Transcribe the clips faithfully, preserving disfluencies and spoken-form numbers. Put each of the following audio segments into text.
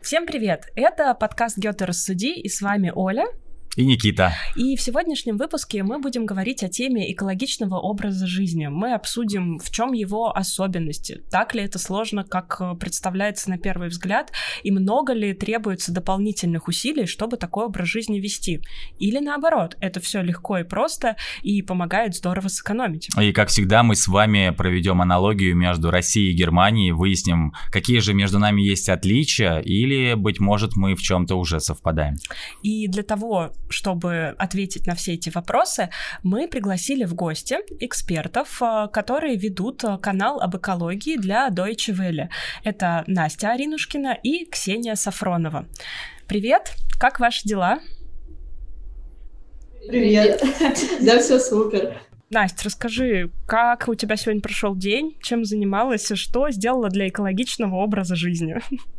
Всем привет! Это подкаст «Гёте, рассуди», и с вами Оля и Никита. И в сегодняшнем выпуске мы будем говорить о теме экологичного образа жизни. Мы обсудим, в чем его особенности, так ли это сложно, как представляется на первый взгляд, и много ли требуется дополнительных усилий, чтобы такой образ жизни вести. Или наоборот, это все легко и просто и помогает здорово сэкономить. И как всегда мы с вами проведем аналогию между Россией и Германией, выясним, какие же между нами есть отличия, или, быть может, мы в чем-то уже совпадаем. И для того, чтобы ответить на все эти вопросы, мы пригласили в гости экспертов, которые ведут канал об экологии для Deutsche Welle. Это Настя Аринушкина и Ксения Сафронова. Привет, как ваши дела? Привет, да, все супер. Настя, расскажи, как у тебя сегодня прошел день, чем занималась, что сделала для экологичного образа жизни?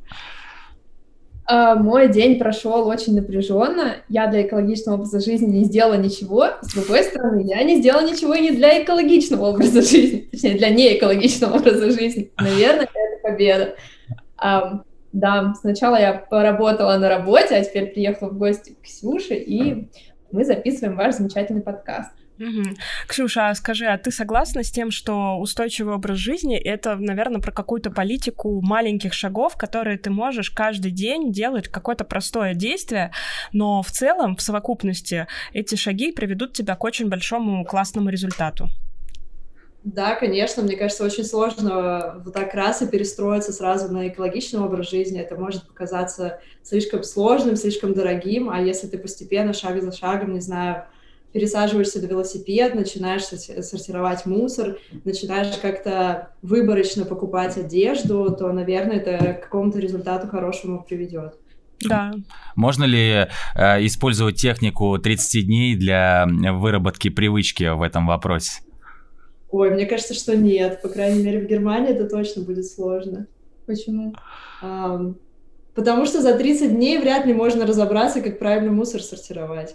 Мой день прошел очень напряженно. Я для экологичного образа жизни не сделала ничего. С другой стороны, я не сделала ничего и не для экологичного образа жизни. Точнее, для неэкологичного образа жизни. Наверное, это победа. Um, да, сначала я поработала на работе, а теперь приехала в гости к Ксюше, и мы записываем ваш замечательный подкаст. Угу. Ксюша, а скажи, а ты согласна с тем, что устойчивый образ жизни — это, наверное, про какую-то политику маленьких шагов, которые ты можешь каждый день делать, какое-то простое действие, но в целом, в совокупности, эти шаги приведут тебя к очень большому классному результату? Да, конечно, мне кажется, очень сложно вот так раз и перестроиться сразу на экологичный образ жизни. Это может показаться слишком сложным, слишком дорогим, а если ты постепенно, шаг за шагом, не знаю, пересаживаешься на велосипед, начинаешь сортировать мусор, начинаешь как-то выборочно покупать одежду, то, наверное, это к какому-то результату хорошему приведет. Да. Можно ли э, использовать технику тридцать дней для выработки привычки в этом вопросе? Ой, мне кажется, что нет. По крайней мере, в Германии это точно будет сложно. Почему? Um, потому что за тридцать дней вряд ли можно разобраться, как правильно мусор сортировать.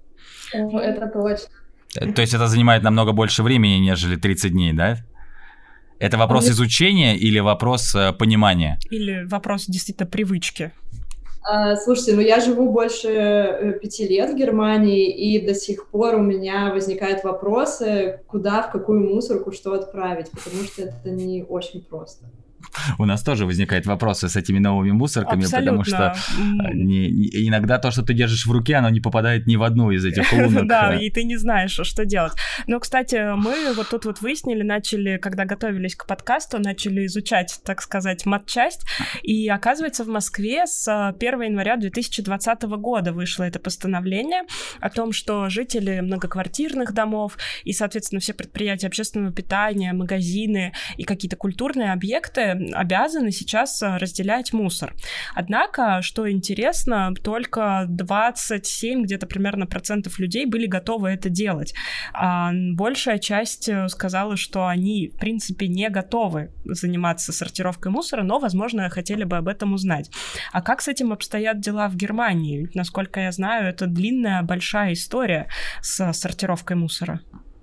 О, это точно. То есть это занимает намного больше времени, нежели тридцать дней, да? Это вопрос изучения или вопрос понимания? Или вопрос действительно привычки? А, слушайте, ну я живу больше пяти лет в Германии, и до сих пор у меня возникают вопросы, куда, в какую мусорку что отправить, потому что это не очень просто. У нас тоже возникают вопросы с этими новыми мусорками, абсолютно. Потому что не, не, иногда то, что ты держишь в руке, оно не попадает ни в одну из этих лунок. Да, и ты не знаешь, что делать. Но, кстати, мы вот тут вот выяснили, начали, когда готовились к подкасту, начали изучать, так сказать, матчасть, и оказывается, в Москве с первого января две тысячи двадцатого года вышло это постановление о том, что жители многоквартирных домов и, соответственно, все предприятия общественного питания, магазины и какие-то культурные объекты обязаны сейчас разделять мусор. Однако, что интересно, только двадцать семь где-то примерно процентов людей были готовы это делать. А большая часть сказала, что они, в принципе, не готовы заниматься сортировкой мусора, но, возможно, хотели бы об этом узнать. А как с этим обстоят дела в Германии? Насколько я знаю, это длинная, большая история с сортировкой мусора.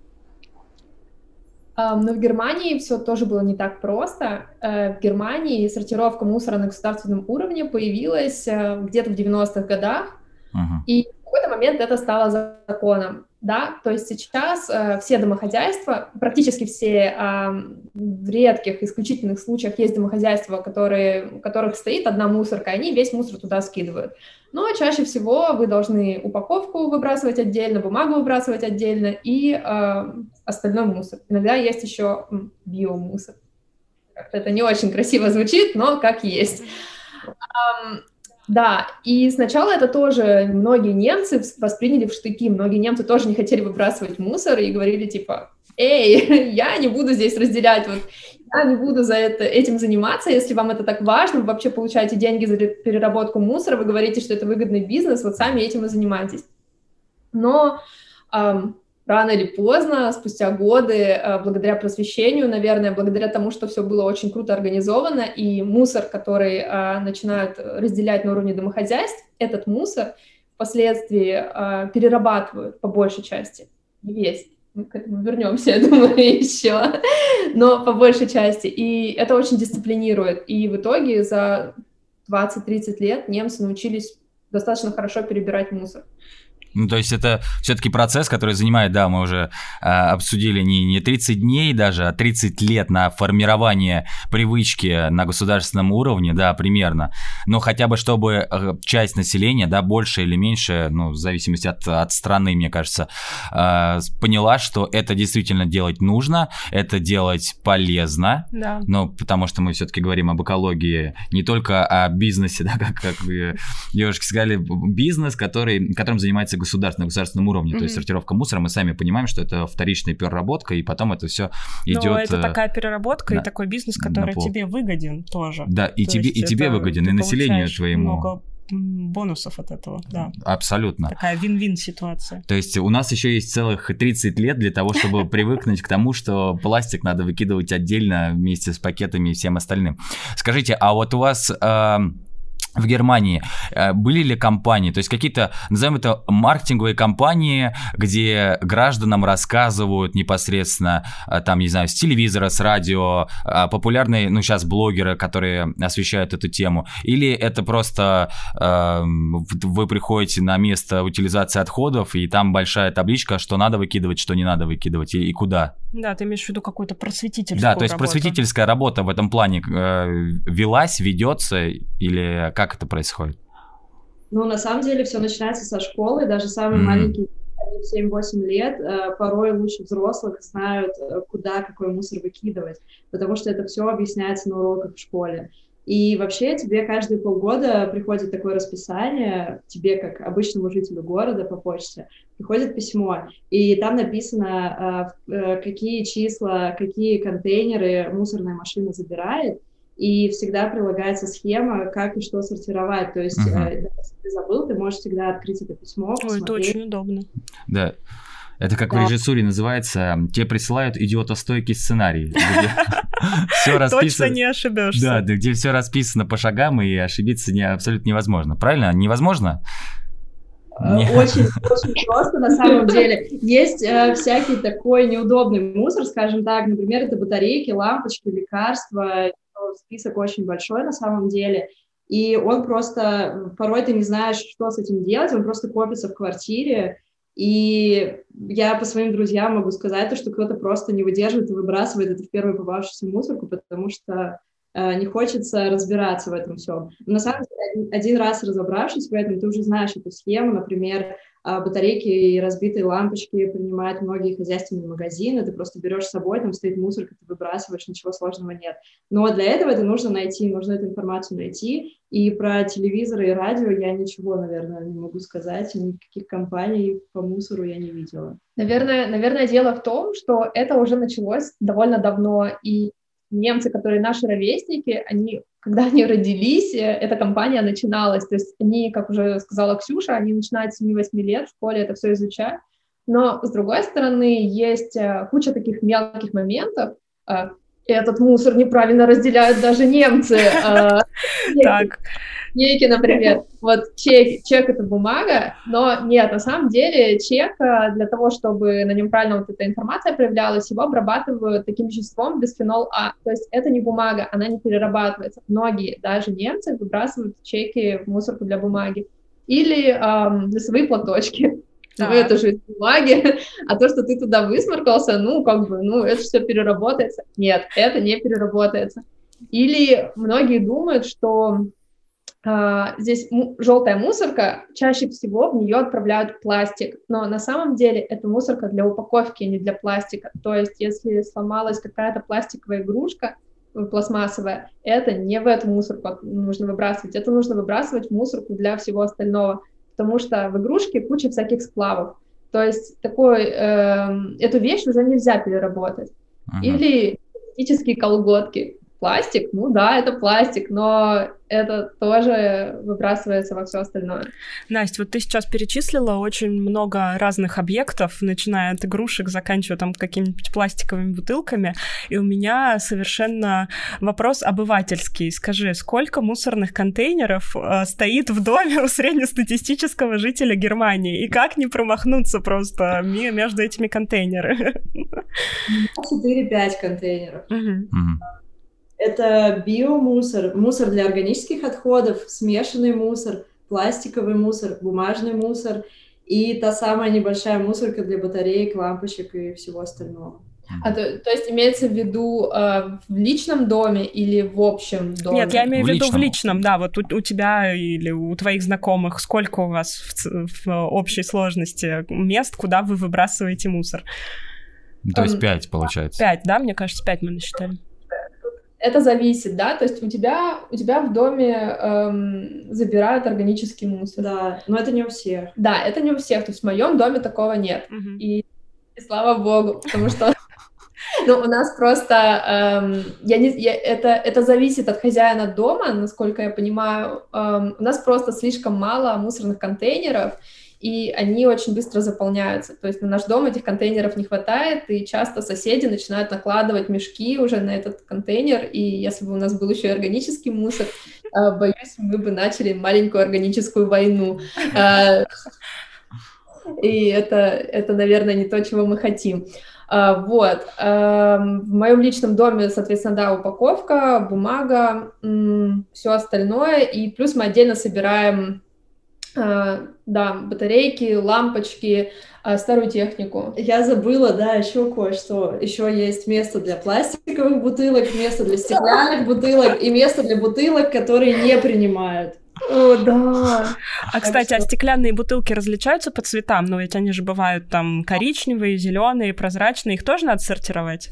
Но в Германии все тоже было не так просто. В Германии сортировка мусора на государственном уровне появилась где-то в девяностых годах, uh-huh. и в какой-то момент это стало законом. Да? То есть сейчас все домохозяйства, практически все, в редких, исключительных случаях есть домохозяйства, которые, у которых стоит одна мусорка, и они весь мусор туда скидывают. Но чаще всего вы должны упаковку выбрасывать отдельно, бумагу выбрасывать отдельно и э, остальной мусор. Иногда есть еще м, биомусор. Как-то это не очень красиво звучит, но как есть. Um, да, и сначала это тоже многие немцы восприняли в штыки. Многие немцы тоже не хотели выбрасывать мусор и говорили типа: «Эй, я не буду здесь разделять, вот, я не буду за это, этим заниматься, если вам это так важно, вы вообще получаете деньги за переработку мусора, вы говорите, что это выгодный бизнес, вот сами этим и занимайтесь». Но эм, рано или поздно, спустя годы, э, благодаря просвещению, наверное, благодаря тому, что все было очень круто организовано, и мусор, который э, начинают разделять на уровне домохозяйств, этот мусор впоследствии э, перерабатывают по большей части, не весь. Мы к этому вернемся, я думаю, еще, но по большей части. И это очень дисциплинирует. И в итоге за двадцать-тридцать лет немцы научились достаточно хорошо перебирать мусор. Ну, то есть это все-таки процесс, который занимает, да, мы уже э, обсудили не, не тридцать дней даже, а тридцать лет на формирование привычки на государственном уровне, да, примерно. Но хотя бы чтобы часть населения, да, больше или меньше, ну, в зависимости от, от страны, мне кажется, э, поняла, что это действительно делать нужно, это делать полезно. Да. Ну, потому что мы все-таки говорим об экологии, не только о бизнесе, да, как, как вы, девушки сказали, бизнес, который, которым занимается государство на государственном уровне, mm-hmm. то есть сортировка мусора, мы сами понимаем, что это вторичная переработка, и потом это все идет. Но это такая переработка на, и такой бизнес, который тебе выгоден тоже. Да, и тебе, и тебе выгоден, и населению твоему. Много бонусов от этого, да. Абсолютно. Такая вин-вин ситуация. То есть у нас еще есть целых тридцать лет для того, чтобы привыкнуть к тому, что пластик надо выкидывать отдельно вместе с пакетами и всем остальным. Скажите, а вот у вас... в Германии были ли компании, то есть какие-то, назовем это, маркетинговые компании, где гражданам рассказывают непосредственно, там, не знаю, с телевизора, с радио, популярные, ну, сейчас блогеры, которые освещают эту тему, или это просто э, вы приходите на место утилизации отходов, и там большая табличка, что надо выкидывать, что не надо выкидывать, и, и куда? Да, ты имеешь в виду какую-то просветительскую Да, то есть работу. Просветительская работа в этом плане э, велась, ведется, или как это происходит? Ну, на самом деле, все начинается со школы. Даже самые mm-hmm. маленькие, в семь-восемь лет, порой лучше взрослых знают, куда какой мусор выкидывать, потому что это все объясняется на уроках в школе. И вообще тебе каждые полгода приходит такое расписание, тебе, как обычному жителю города по почте, приходит письмо, и там написано, какие числа, какие контейнеры мусорная машина забирает, и всегда прилагается схема, как и что сортировать. То есть, uh-huh. э, если ты забыл, ты можешь всегда открыть это письмо, посмотреть. Ой, это очень удобно. Да. Это как да. в режиссуре называется, тебе присылают идиотостойкий сценарий. Все расписано. Точно не ошибешься. Да, где все расписано по шагам, и ошибиться абсолютно невозможно. Правильно? Невозможно? Очень, очень просто на самом деле. Есть э, всякий такой неудобный мусор, скажем так, например, это батарейки, лампочки, лекарства. Список очень большой на самом деле, и он просто, порой ты не знаешь, что с этим делать, он просто копится в квартире, и я по своим друзьям могу сказать, то, что кто-то просто не выдерживает и выбрасывает это в первую попавшуюся мусорку, потому что э, не хочется разбираться в этом всем. Но на самом деле, один, один раз разобравшись в этом, ты уже знаешь эту схему, например, батарейки и разбитые лампочки принимают многие хозяйственные магазины, ты просто берешь с собой, там стоит мусорка, ты выбрасываешь, ничего сложного нет. Но для этого это нужно найти, нужно эту информацию найти, и про телевизоры и радио я ничего, наверное, не могу сказать, никаких компаний по мусору я не видела. Наверное, наверное, дело в том, что это уже началось довольно давно, и немцы, которые наши ровесники, они... Когда они родились, эта кампания начиналась. То есть они, как уже сказала Ксюша, они начинают с семи-восьми лет в школе это все изучать. Но, с другой стороны, есть куча таких мелких моментов. Этот мусор неправильно разделяют даже немцы. Так. Чеки, например. Вот чек, чек — это бумага, но нет, на самом деле чек для того, чтобы на нем правильно вот эта информация проявлялась, его обрабатывают таким веществом бисфенол А. То есть это не бумага, она не перерабатывается. Многие, даже немцы, выбрасывают чеки в мусорку для бумаги. Или эм, носовые платочки. Ну, это же из бумаги, а то, что ты туда высморкался, ну, как бы, ну, это все переработается. Нет, это не переработается. Или многие думают, что Uh, здесь м- желтая мусорка, чаще всего в нее отправляют пластик, но на самом деле это мусорка для упаковки, а не для пластика. То есть если сломалась какая-то пластиковая игрушка, пластмассовая, это не в эту мусорку нужно выбрасывать, это нужно выбрасывать в мусорку для всего остального, потому что в игрушке куча всяких сплавов. То есть такой, э, эту вещь уже нельзя переработать. Uh-huh. Или эстетические колготки. Пластик, ну да, это пластик, но это тоже выбрасывается во все остальное. Настя, вот ты сейчас перечислила очень много разных объектов, начиная от игрушек, заканчивая там какими-нибудь пластиковыми бутылками, и у меня совершенно вопрос обывательский. Скажи, сколько мусорных контейнеров э, стоит в доме у среднестатистического жителя Германии, и как не промахнуться просто между этими контейнерами? четыре-пять контейнеров. Угу. Это биомусор, мусор для органических отходов, смешанный мусор, пластиковый мусор, бумажный мусор и та самая небольшая мусорка для батареек, лампочек и всего остального. А то, то есть имеется в виду э, в личном доме или в общем доме? Нет, я имею в, в виду личном. в личном, да, вот у, у тебя или у твоих знакомых, сколько у вас в, в общей сложности мест, куда вы выбрасываете мусор? То есть пять, получается. Пять, да? Мне кажется, пять мы насчитали. Это зависит, да? То есть у тебя, у тебя в доме эм, забирают органический мусор. Да, но это не у всех. Да, это не у всех. То есть в моем доме такого нет. Угу. И, и слава богу, потому что ну, у нас просто... Эм, я не, я, это, это зависит от хозяина дома, насколько я понимаю. Эм, у нас просто слишком мало мусорных контейнеров, и они очень быстро заполняются. То есть на наш дом этих контейнеров не хватает, и часто соседи начинают накладывать мешки уже на этот контейнер, и если бы у нас был еще и органический мусор, боюсь, мы бы начали маленькую органическую войну. И это, это, наверное, не то, чего мы хотим. Вот. В моем личном доме, соответственно, да, упаковка, бумага, все остальное, и плюс мы отдельно собираем... Uh, да, батарейки, лампочки, uh, старую технику. Я забыла, да, еще кое-что. Еще есть место для пластиковых бутылок, место для стеклянных бутылок и место для бутылок, которые не принимают. О, да. А, кстати, а стеклянные бутылки различаются по цветам? Ну, ведь они же бывают там коричневые, зеленые, прозрачные. Их тоже надо сортировать?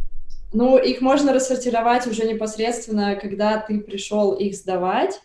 Ну, их можно рассортировать уже непосредственно, когда ты пришел их сдавать.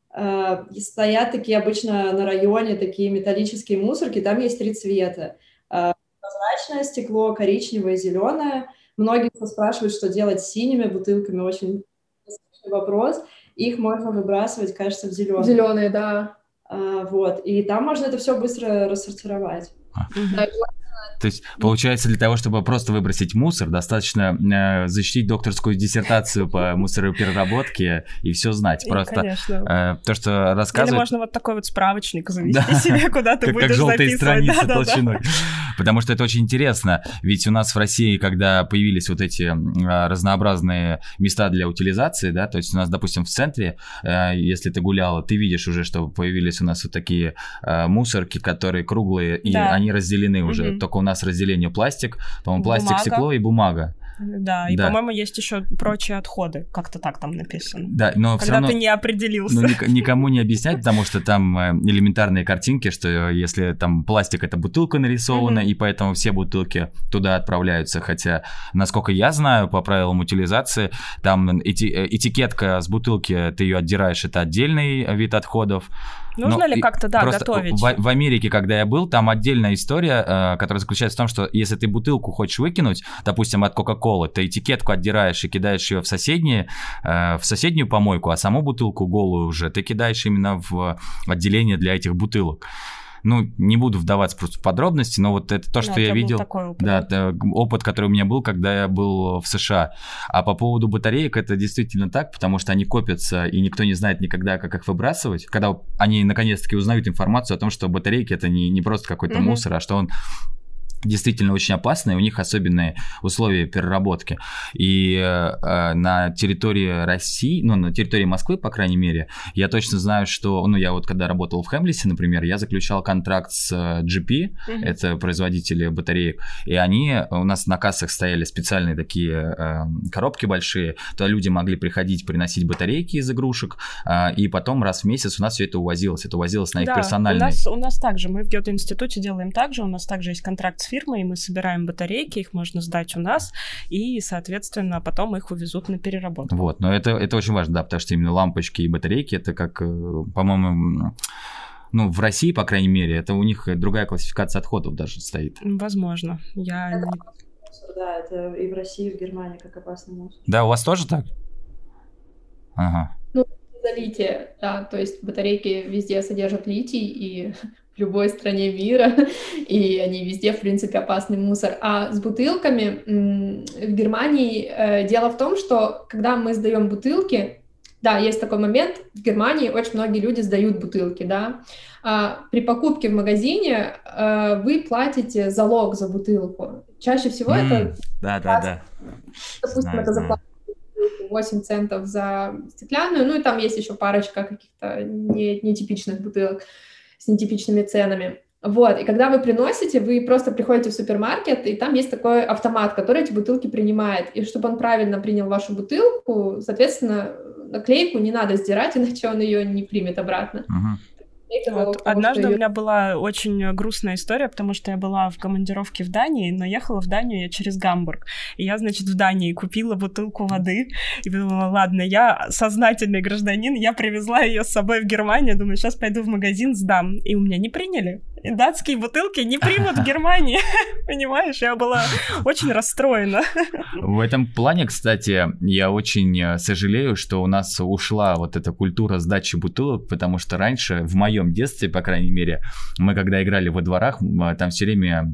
Uh, стоят такие обычно на районе, такие металлические мусорки, там есть три цвета. Uh, прозрачное стекло, коричневое, зеленое. Многие спрашивают, что делать с синими бутылками, очень интересный вопрос. Их можно выбрасывать, кажется, в зеленые. Зеленые, да. Uh, вот, и там можно это все быстро рассортировать. Да. То есть, получается, для того, чтобы просто выбросить мусор, достаточно э, защитить докторскую диссертацию по мусоропереработке и все знать. И, просто конечно. э, то, что рассказывают... Или можно вот такой вот справочник завести себе, куда ты будешь как желтые записывать. страницы толщиной. Потому что это очень интересно. Ведь у нас в России, когда появились вот эти разнообразные места для утилизации, да, то есть у нас, допустим, в центре, э, если ты гуляла, ты видишь уже, что появились у нас вот такие э, мусорки, которые круглые, и да. они разделены уже. Угу. Только у нас разделение пластик, по-моему, пластик, бумага. Стекло и бумага. Да, и, да. по-моему, есть еще прочие отходы, как-то так там написано. Да, но Когда все равно... ты не определился. Ну, ник- никому не объяснять, потому что там элементарные картинки, что если там пластик — это бутылка нарисована, mm-hmm. и поэтому все бутылки туда отправляются, хотя, насколько я знаю, по правилам утилизации, там эти- этикетка с бутылки, ты ее отдираешь, это отдельный вид отходов. Нужно Но ли как-то, да, просто готовить? В, в Америке, когда я был, там отдельная история, э, которая заключается в том, что если ты бутылку хочешь выкинуть, допустим, от Кока-Колы, ты этикетку отдираешь и кидаешь ее в, соседние, э, в соседнюю помойку, а саму бутылку голую уже ты кидаешь именно в отделение для этих бутылок. Ну, не буду вдаваться просто в подробности, но вот это то, что да, я видел, опыт. да, это опыт, который у меня был, когда я был в США. А по поводу батареек, это действительно так, потому что они копятся, и никто не знает никогда, как их выбрасывать. Когда они наконец-таки узнают информацию о том, что батарейки — это не, не просто какой-то mm-hmm. мусор, а что он действительно очень опасные, у них особенные условия переработки. И э, на территории России, ну, на территории Москвы, по крайней мере, я точно знаю, что, ну, я вот когда работал в Хемлисе, например, я заключал контракт с джи пи, mm-hmm. это производители батареек, и они, у нас на кассах стояли специальные такие э, коробки большие, туда люди могли приходить, приносить батарейки из игрушек, э, и потом раз в месяц у нас все это увозилось, это увозилось на их да, персональные. У нас, у нас также, мы в Гёте-институте делаем так же, у нас также есть контракт с фирмой, и мы собираем батарейки, их можно сдать у нас, и, соответственно, потом их увезут на переработку. Вот, но это, это очень важно, да, потому что именно лампочки и батарейки, это как, по-моему, ну, в России, по крайней мере, это у них другая классификация отходов даже стоит. Возможно, я... Это мусор, да, это и в России, и в Германии как опасный мусор. Да, у вас тоже так? Ага. Ну, залитие, да, то есть батарейки везде содержат литий, и... в любой стране мира, и они везде, в принципе, опасный мусор. А с бутылками в Германии э, дело в том, что когда мы сдаем бутылки, да, есть такой момент, в Германии очень многие люди сдают бутылки, да, а при покупке в магазине э, вы платите залог за бутылку. Чаще всего mm, это... Да, да, да. Допустим, знаю, это за пластиковую бутылку. восемь центов за стеклянную, ну и там есть еще парочка каких-то не, нетипичных бутылок с нетипичными ценами. Вот, и когда вы приносите, вы просто приходите в супермаркет, и там есть такой автомат, который эти бутылки принимает. И чтобы он правильно принял вашу бутылку, соответственно, наклейку не надо сдирать, иначе он ее не примет обратно. Uh-huh. Вот. Однажды ее... у меня была очень грустная история, потому что я была в командировке в Дании, но ехала в Данию я через Гамбург. И я, значит, в Дании купила бутылку воды и подумала, ладно, я сознательный гражданин, я привезла ее с собой в Германию, думаю, сейчас пойду в магазин, сдам. И у меня не приняли. И датские бутылки не примут в Германии. Понимаешь, я была очень расстроена. В этом плане, кстати, я очень сожалею, что у нас ушла вот эта культура сдачи бутылок, потому что раньше, в моем детстве, по крайней мере, мы когда играли во дворах, там все время...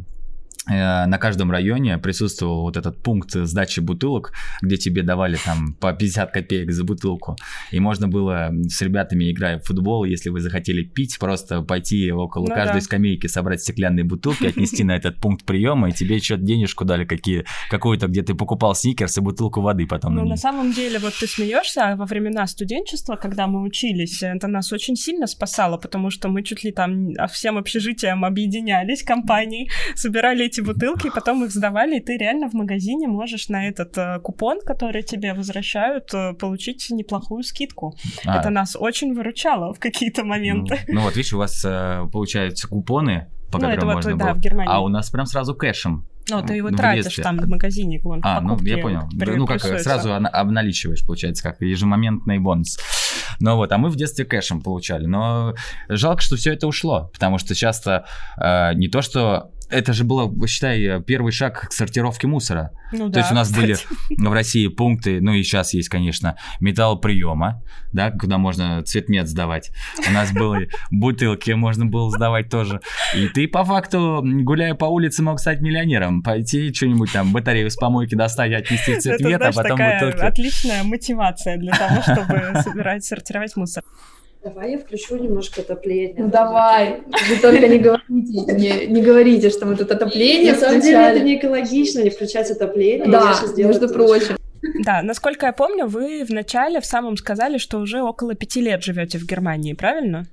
на каждом районе присутствовал вот этот пункт сдачи бутылок, где тебе давали там по пятьдесят копеек за бутылку, и можно было с ребятами, играя в футбол, если вы захотели пить, просто пойти около ну каждой да. скамейки, собрать стеклянные бутылки, отнести на этот пункт приема, и тебе еще денежку дали какие, какую-то, где ты покупал сникерс и бутылку воды потом. Ну, на самом деле, вот ты смеешься, а во времена студенчества, когда мы учились, это нас очень сильно спасало, потому что мы чуть ли там всем общежитием объединялись, компанией, собирали эти бутылки, и потом их сдавали, и ты реально в магазине можешь на этот э, купон, который тебе возвращают, э, получить неплохую скидку. А. Это нас очень выручало в какие-то моменты. Ну, ну вот, видишь, у вас э, получаются купоны, по ну, которым это можно вот, было... Да, в Германии. А у нас прям сразу кэшем. Ну, ты его в тратишь детстве. Там в магазине, вон, А, ну, я понял. Ну, как сразу обналичиваешь, получается, как ежемоментный бонус. Ну вот, а мы в детстве кэшем получали. Но жалко, что все это ушло, потому что часто э, не то, что... Это же было, считай, первый шаг к сортировке мусора. Ну, то да, есть у нас кстати. были в России пункты, ну и сейчас есть, конечно, металлоприема, да, куда можно цветмет сдавать. У нас были бутылки, можно было сдавать тоже. И ты по факту, гуляя по улице, мог стать миллионером. Пойти что-нибудь там, батарею с помойки достать, отнести цветмет, а потом бутылки. Это отличная мотивация для того, чтобы собирать, сортировать мусор. Давай я включу немножко отопление. Ну давай, вы только не говорите, не, не говорите, что мы тут отопление На самом деле это не экологично, не включать отопление. Да, между прочим. Да, насколько я помню, вы вначале в самом сказали, что уже около пяти лет живете в Германии, правильно?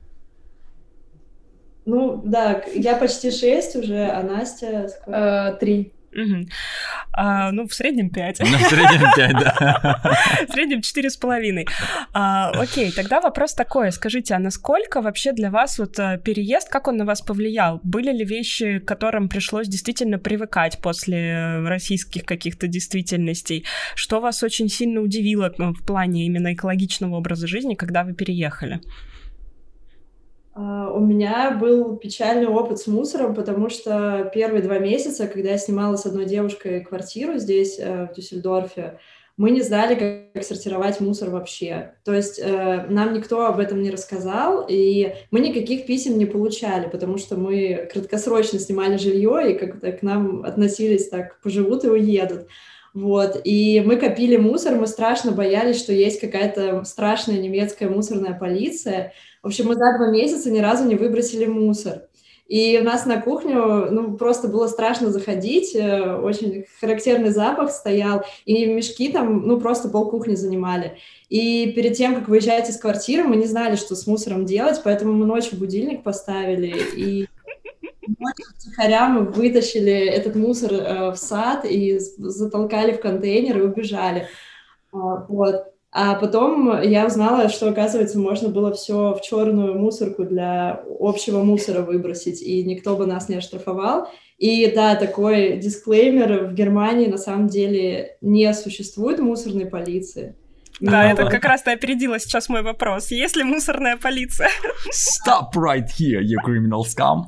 Ну да, я почти шесть уже, а Настя... Э, три. Угу. А, ну, в среднем пять. Ну, в среднем пять, да. В среднем четыре с половиной. А, окей, тогда вопрос такой. Скажите, а насколько вообще для вас вот переезд, как он на вас повлиял? Были ли вещи, к которым пришлось действительно привыкать после российских каких-то действительностей? Что вас очень сильно удивило в плане именно экологичного образа жизни, когда вы переехали? Uh, у меня был печальный опыт с мусором, потому что первые два месяца, когда я снимала с одной девушкой квартиру здесь, uh, в Дюссельдорфе, мы не знали, как, как сортировать мусор вообще. То есть uh, нам никто об этом не рассказал, и мы никаких писем не получали, потому что мы краткосрочно снимали жилье, и как-то к нам относились так, поживут и уедут. Вот, и мы копили мусор, мы страшно боялись, что есть какая-то страшная немецкая мусорная полиция. В общем, мы за два месяца ни разу не выбросили мусор. И у нас на кухню, ну, просто было страшно заходить, очень характерный запах стоял, и мешки там, ну, просто полкухни занимали. И перед тем, как выезжать из квартиры, мы не знали, что с мусором делать, поэтому мы ночью будильник поставили, и ночью втихаря мы вытащили этот мусор э, в сад и затолкали в контейнер и убежали. А, вот. А потом я узнала, что, оказывается, можно было все в черную мусорку для общего мусора выбросить, и никто бы нас не оштрафовал. И да, такой дисклеймер: в Германии на самом деле не существует мусорной полиции. Да, но... это как раз ты опередила сейчас мой вопрос. Есть ли мусорная полиция? Stop right here, you criminal scum.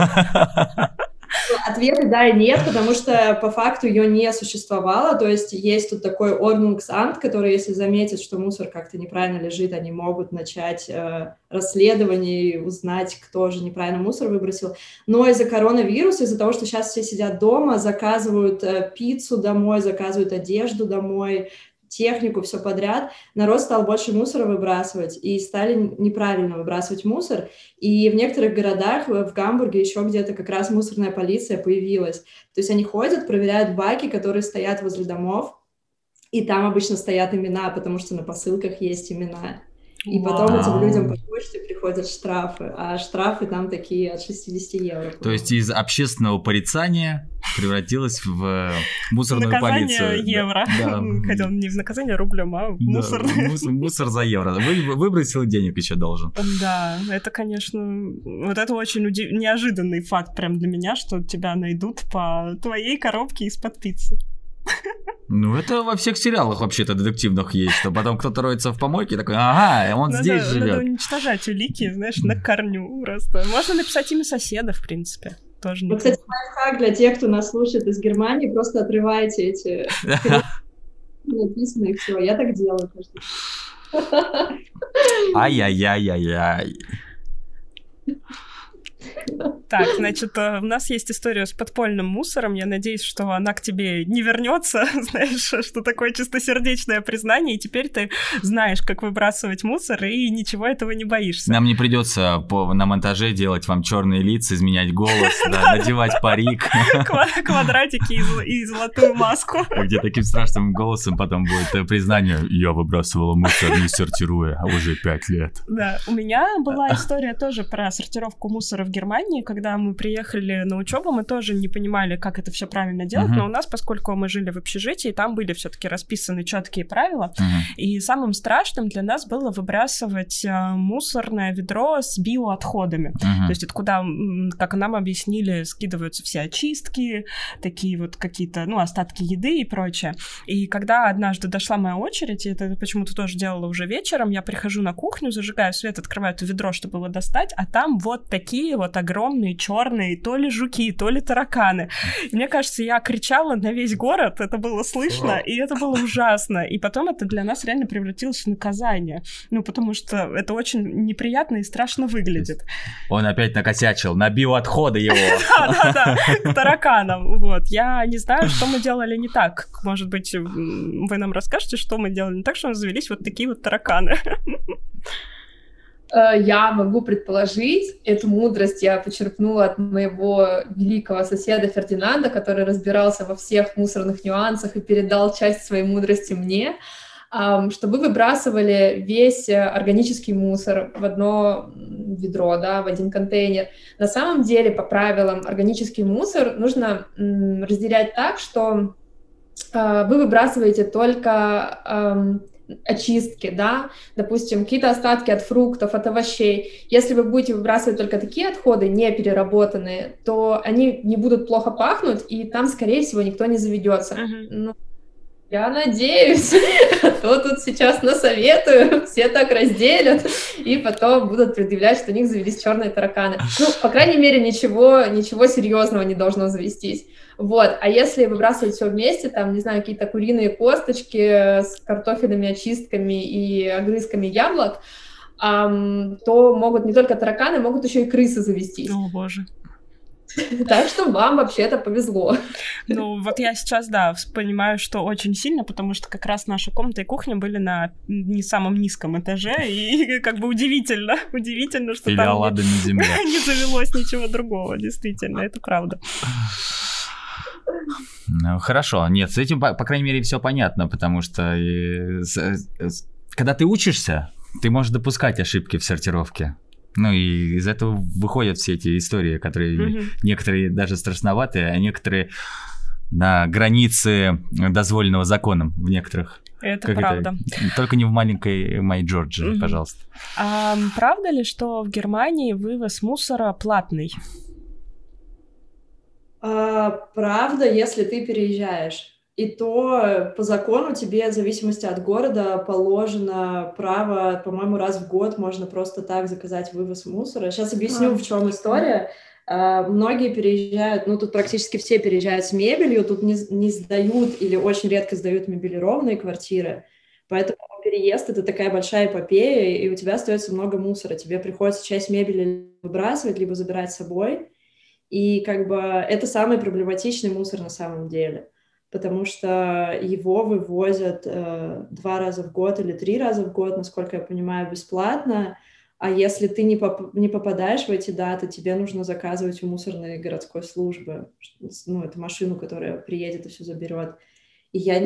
Ответы да и нет, потому что по факту ее не существовало. То есть есть тут такой Ordnungsamt, который, если заметит, что мусор как-то неправильно лежит, они могут начать э, расследование и узнать, кто же неправильно мусор выбросил. Но из-за коронавируса, из-за того, что сейчас все сидят дома, заказывают э, пиццу домой, заказывают одежду домой, технику, все подряд, народ стал больше мусора выбрасывать, и стали неправильно выбрасывать мусор, и в некоторых городах, в Гамбурге еще где-то как раз мусорная полиция появилась. То есть они ходят, проверяют баки, которые стоят возле домов, и там обычно стоят имена, потому что на посылках есть имена. И Вау. потом этим людям по почте приходят штрафы, а штрафы там такие от шестьдесят евро. То есть из общественного порицания превратилось в мусорную наказание полицию. евро. Да. Хотел не в наказание рублем, а в Да, мусор. мус- Мусор за евро. Вы- Выбросил, денег еще должен. Да, это, конечно, вот это очень уди- неожиданный факт прям для меня, что тебя найдут по твоей коробке из-под пиццы. Ну, это во всех сериалах вообще-то детективных есть, что потом кто-то роется в помойке и такой, ага, он Надо, здесь надо живет. уничтожать улики, знаешь, на корню просто. Можно написать имя соседа, в принципе. Тоже Ну, кстати, лайфхак для тех, кто нас слушает из Германии, просто отрывайте эти написано, и все. Я так делаю каждый раз. Ай-яй-яй-яй-яй. Так, значит, э, у нас есть история с подпольным мусором. Я надеюсь, что она к тебе не вернется. Знаешь, что такое чистосердечное признание, и теперь ты знаешь, как выбрасывать мусор, и ничего этого не боишься. Нам не придется по, на монтаже делать вам черные лица, изменять голос, да, надевать парик. Ква- Квадратики и зол- и золотую маску. Где таким страшным голосом потом будет э, признание: я выбрасывала мусор, не сортируя, а уже пять лет. Да, у меня была история тоже про сортировку мусора в Германии. Когда мы приехали на учебу, мы тоже не понимали, как это все правильно делать, Мгм. но у нас, поскольку мы жили в общежитии, там были все-таки расписаны четкие правила. Мгм. И самым страшным для нас было выбрасывать э, мусорное ведро с биоотходами. Мгм. То есть это куда, м, как нам объяснили, скидываются все очистки, такие вот какие-то, ну, остатки еды и прочее. И когда однажды дошла моя очередь, и это почему-то тоже делала уже вечером, я прихожу на кухню, зажигаю свет, открываю это ведро, чтобы его достать, а там вот такие вот огромные черные то ли жуки, то ли тараканы. И мне кажется, я кричала на весь город, это было слышно, и это было ужасно. И потом это для нас реально превратилось в наказание. Ну, потому что это очень неприятно и страшно выглядит. Он опять накосячил, на биоотходы его. Да-да-да, к тараканам. Вот. Я не знаю, что мы делали не так. Может быть, м, вы нам расскажете, что мы делали не так, что у нас завелись вот такие вот тараканы. Э, Я могу предположить, эту мудрость я почерпнула от моего великого соседа Фердинанда, который разбирался во всех мусорных нюансах и передал часть своей мудрости мне, ам, что вы выбрасывали весь э, органический мусор в одно м, ведро, да, в один контейнер. На самом деле, по правилам, органический мусор нужно м, разделять так, что э, вы выбрасываете только ам, очистки, да, допустим, какие-то остатки от фруктов, от овощей. Если вы будете выбрасывать только такие отходы, не переработанные, то они не будут плохо пахнуть, и там, скорее всего, никто не заведется. Мгм. Ну, я надеюсь, а то тут сейчас насоветую, все так разделят, и потом будут предъявлять, что у них завелись черные тараканы. Ну, по крайней мере, ничего, ничего серьезного не должно завестись. Вот, а если выбрасывать все вместе, там, не знаю, какие-то куриные косточки с картофельными очистками и огрызками яблок, ам, то могут не только тараканы, могут еще и крысы завестись. О, боже. Так что вам вообще-то повезло. Ну, вот я сейчас, да, понимаю, что очень сильно, потому что как раз наша комната и кухня были на не самом низком этаже, и как бы удивительно, удивительно, что Филиал там ада на земле. не завелось ничего другого, действительно, это правда. Ну, хорошо. Нет, с этим, по, по крайней мере, все понятно, потому что э, с- э, с- когда ты учишься, ты можешь допускать ошибки в сортировке. Ну и из этого выходят все эти истории, которые Мгм. некоторые даже страшноватые, а некоторые на границе дозволенного законом в некоторых. Это Как правда. это? Только не в маленькой моей Джорджии, Мгм. пожалуйста. А правда ли, что в Германии вывоз мусора платный? А, правда, если ты переезжаешь. И то по закону тебе, в зависимости от города, положено право, по-моему, раз в год можно просто так заказать вывоз мусора. Сейчас объясню, А. в чем история. А, Многие переезжают, ну тут практически все переезжают с мебелью, тут не, не сдают или очень редко сдают мебелированные квартиры. Поэтому переезд — это такая большая эпопея, и у тебя остается много мусора. Тебе приходится часть мебели выбрасывать, либо забирать с собой. И как бы это самый проблематичный мусор на самом деле, потому что его вывозят э, два раза в год или три раза в год, насколько я понимаю, бесплатно. А если ты не, поп- не попадаешь в эти даты, тебе нужно заказывать у мусорной городской службы, ну, эту машину, которая приедет и все заберет. И я не помню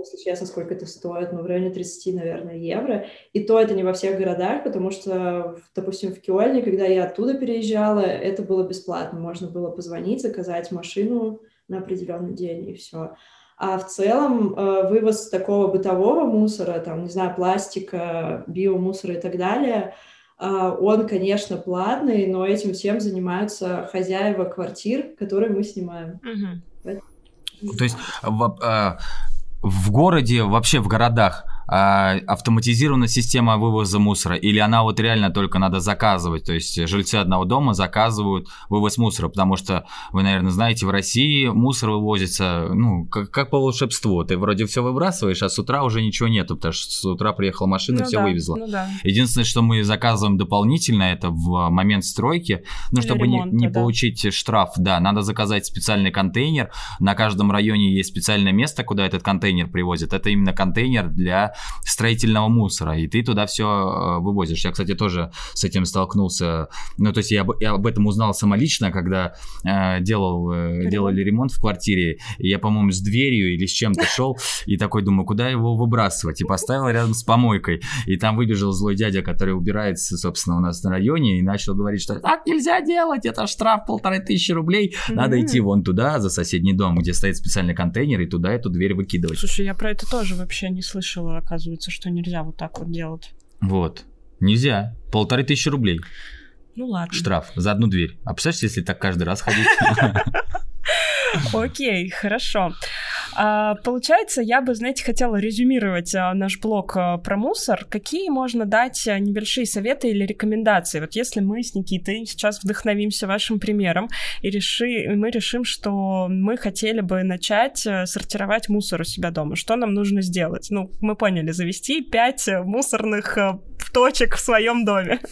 если честно, сколько это стоит, ну, в районе тридцать, наверное, евро. И то это не во всех городах, потому что, допустим, в Кёльне, когда я оттуда переезжала, это было бесплатно. Можно было позвонить, заказать машину на определенный день, и все. А в целом вывоз такого бытового мусора, там, не знаю, пластика, биомусора и так далее, он, конечно, платный, но этим всем занимаются хозяева квартир, которые мы снимаем. Угу. То есть в, в городе, вообще в городах, автоматизирована система вывоза мусора, или она вот реально только надо заказывать, то есть жильцы одного дома заказывают вывоз мусора, потому что вы, наверное, знаете, в России мусор вывозится, ну, как, как по волшебству, ты вроде все выбрасываешь, а с утра уже ничего нету, потому что с утра приехала машина, ну, все да, вывезла. Ну, да. Единственное, что мы заказываем дополнительно, это в момент стройки, ну, для чтобы ремонта, не, не да. получить штраф, да, надо заказать специальный контейнер, на каждом районе есть специальное место, куда этот контейнер привозят, это именно контейнер для строительного мусора, и ты туда все вывозишь. Я, кстати, тоже с этим столкнулся, ну, то есть я, я об этом узнал самолично, когда э, делал, э, делали ремонт в квартире, и я, по-моему, с дверью или с чем-то шел, и такой думаю, куда его выбрасывать, и поставил рядом с помойкой, и там выбежал злой дядя, который убирается, собственно, у нас на районе, и начал говорить, что так нельзя делать, это штраф полторы тысячи рублей, надо mm-hmm. идти вон туда, за соседний дом, где стоит специальный контейнер, и туда эту дверь выкидывать. Слушай, я про это тоже вообще не слышала, оказывается, что нельзя вот так вот делать. Вот. Нельзя. Полторы тысячи рублей. Ну ладно. Штраф за одну дверь. А представляешь, если так каждый раз ходить? Окей, хорошо. А, получается, я бы, знаете, хотела резюмировать а, наш блог а, про мусор. Какие можно дать а, небольшие советы или рекомендации? Вот если мы с Никитой сейчас вдохновимся вашим примером и реши, мы решим, что мы хотели бы начать а, сортировать мусор у себя дома, что нам нужно сделать? Ну, мы поняли, завести пять мусорных а, точек в своем доме.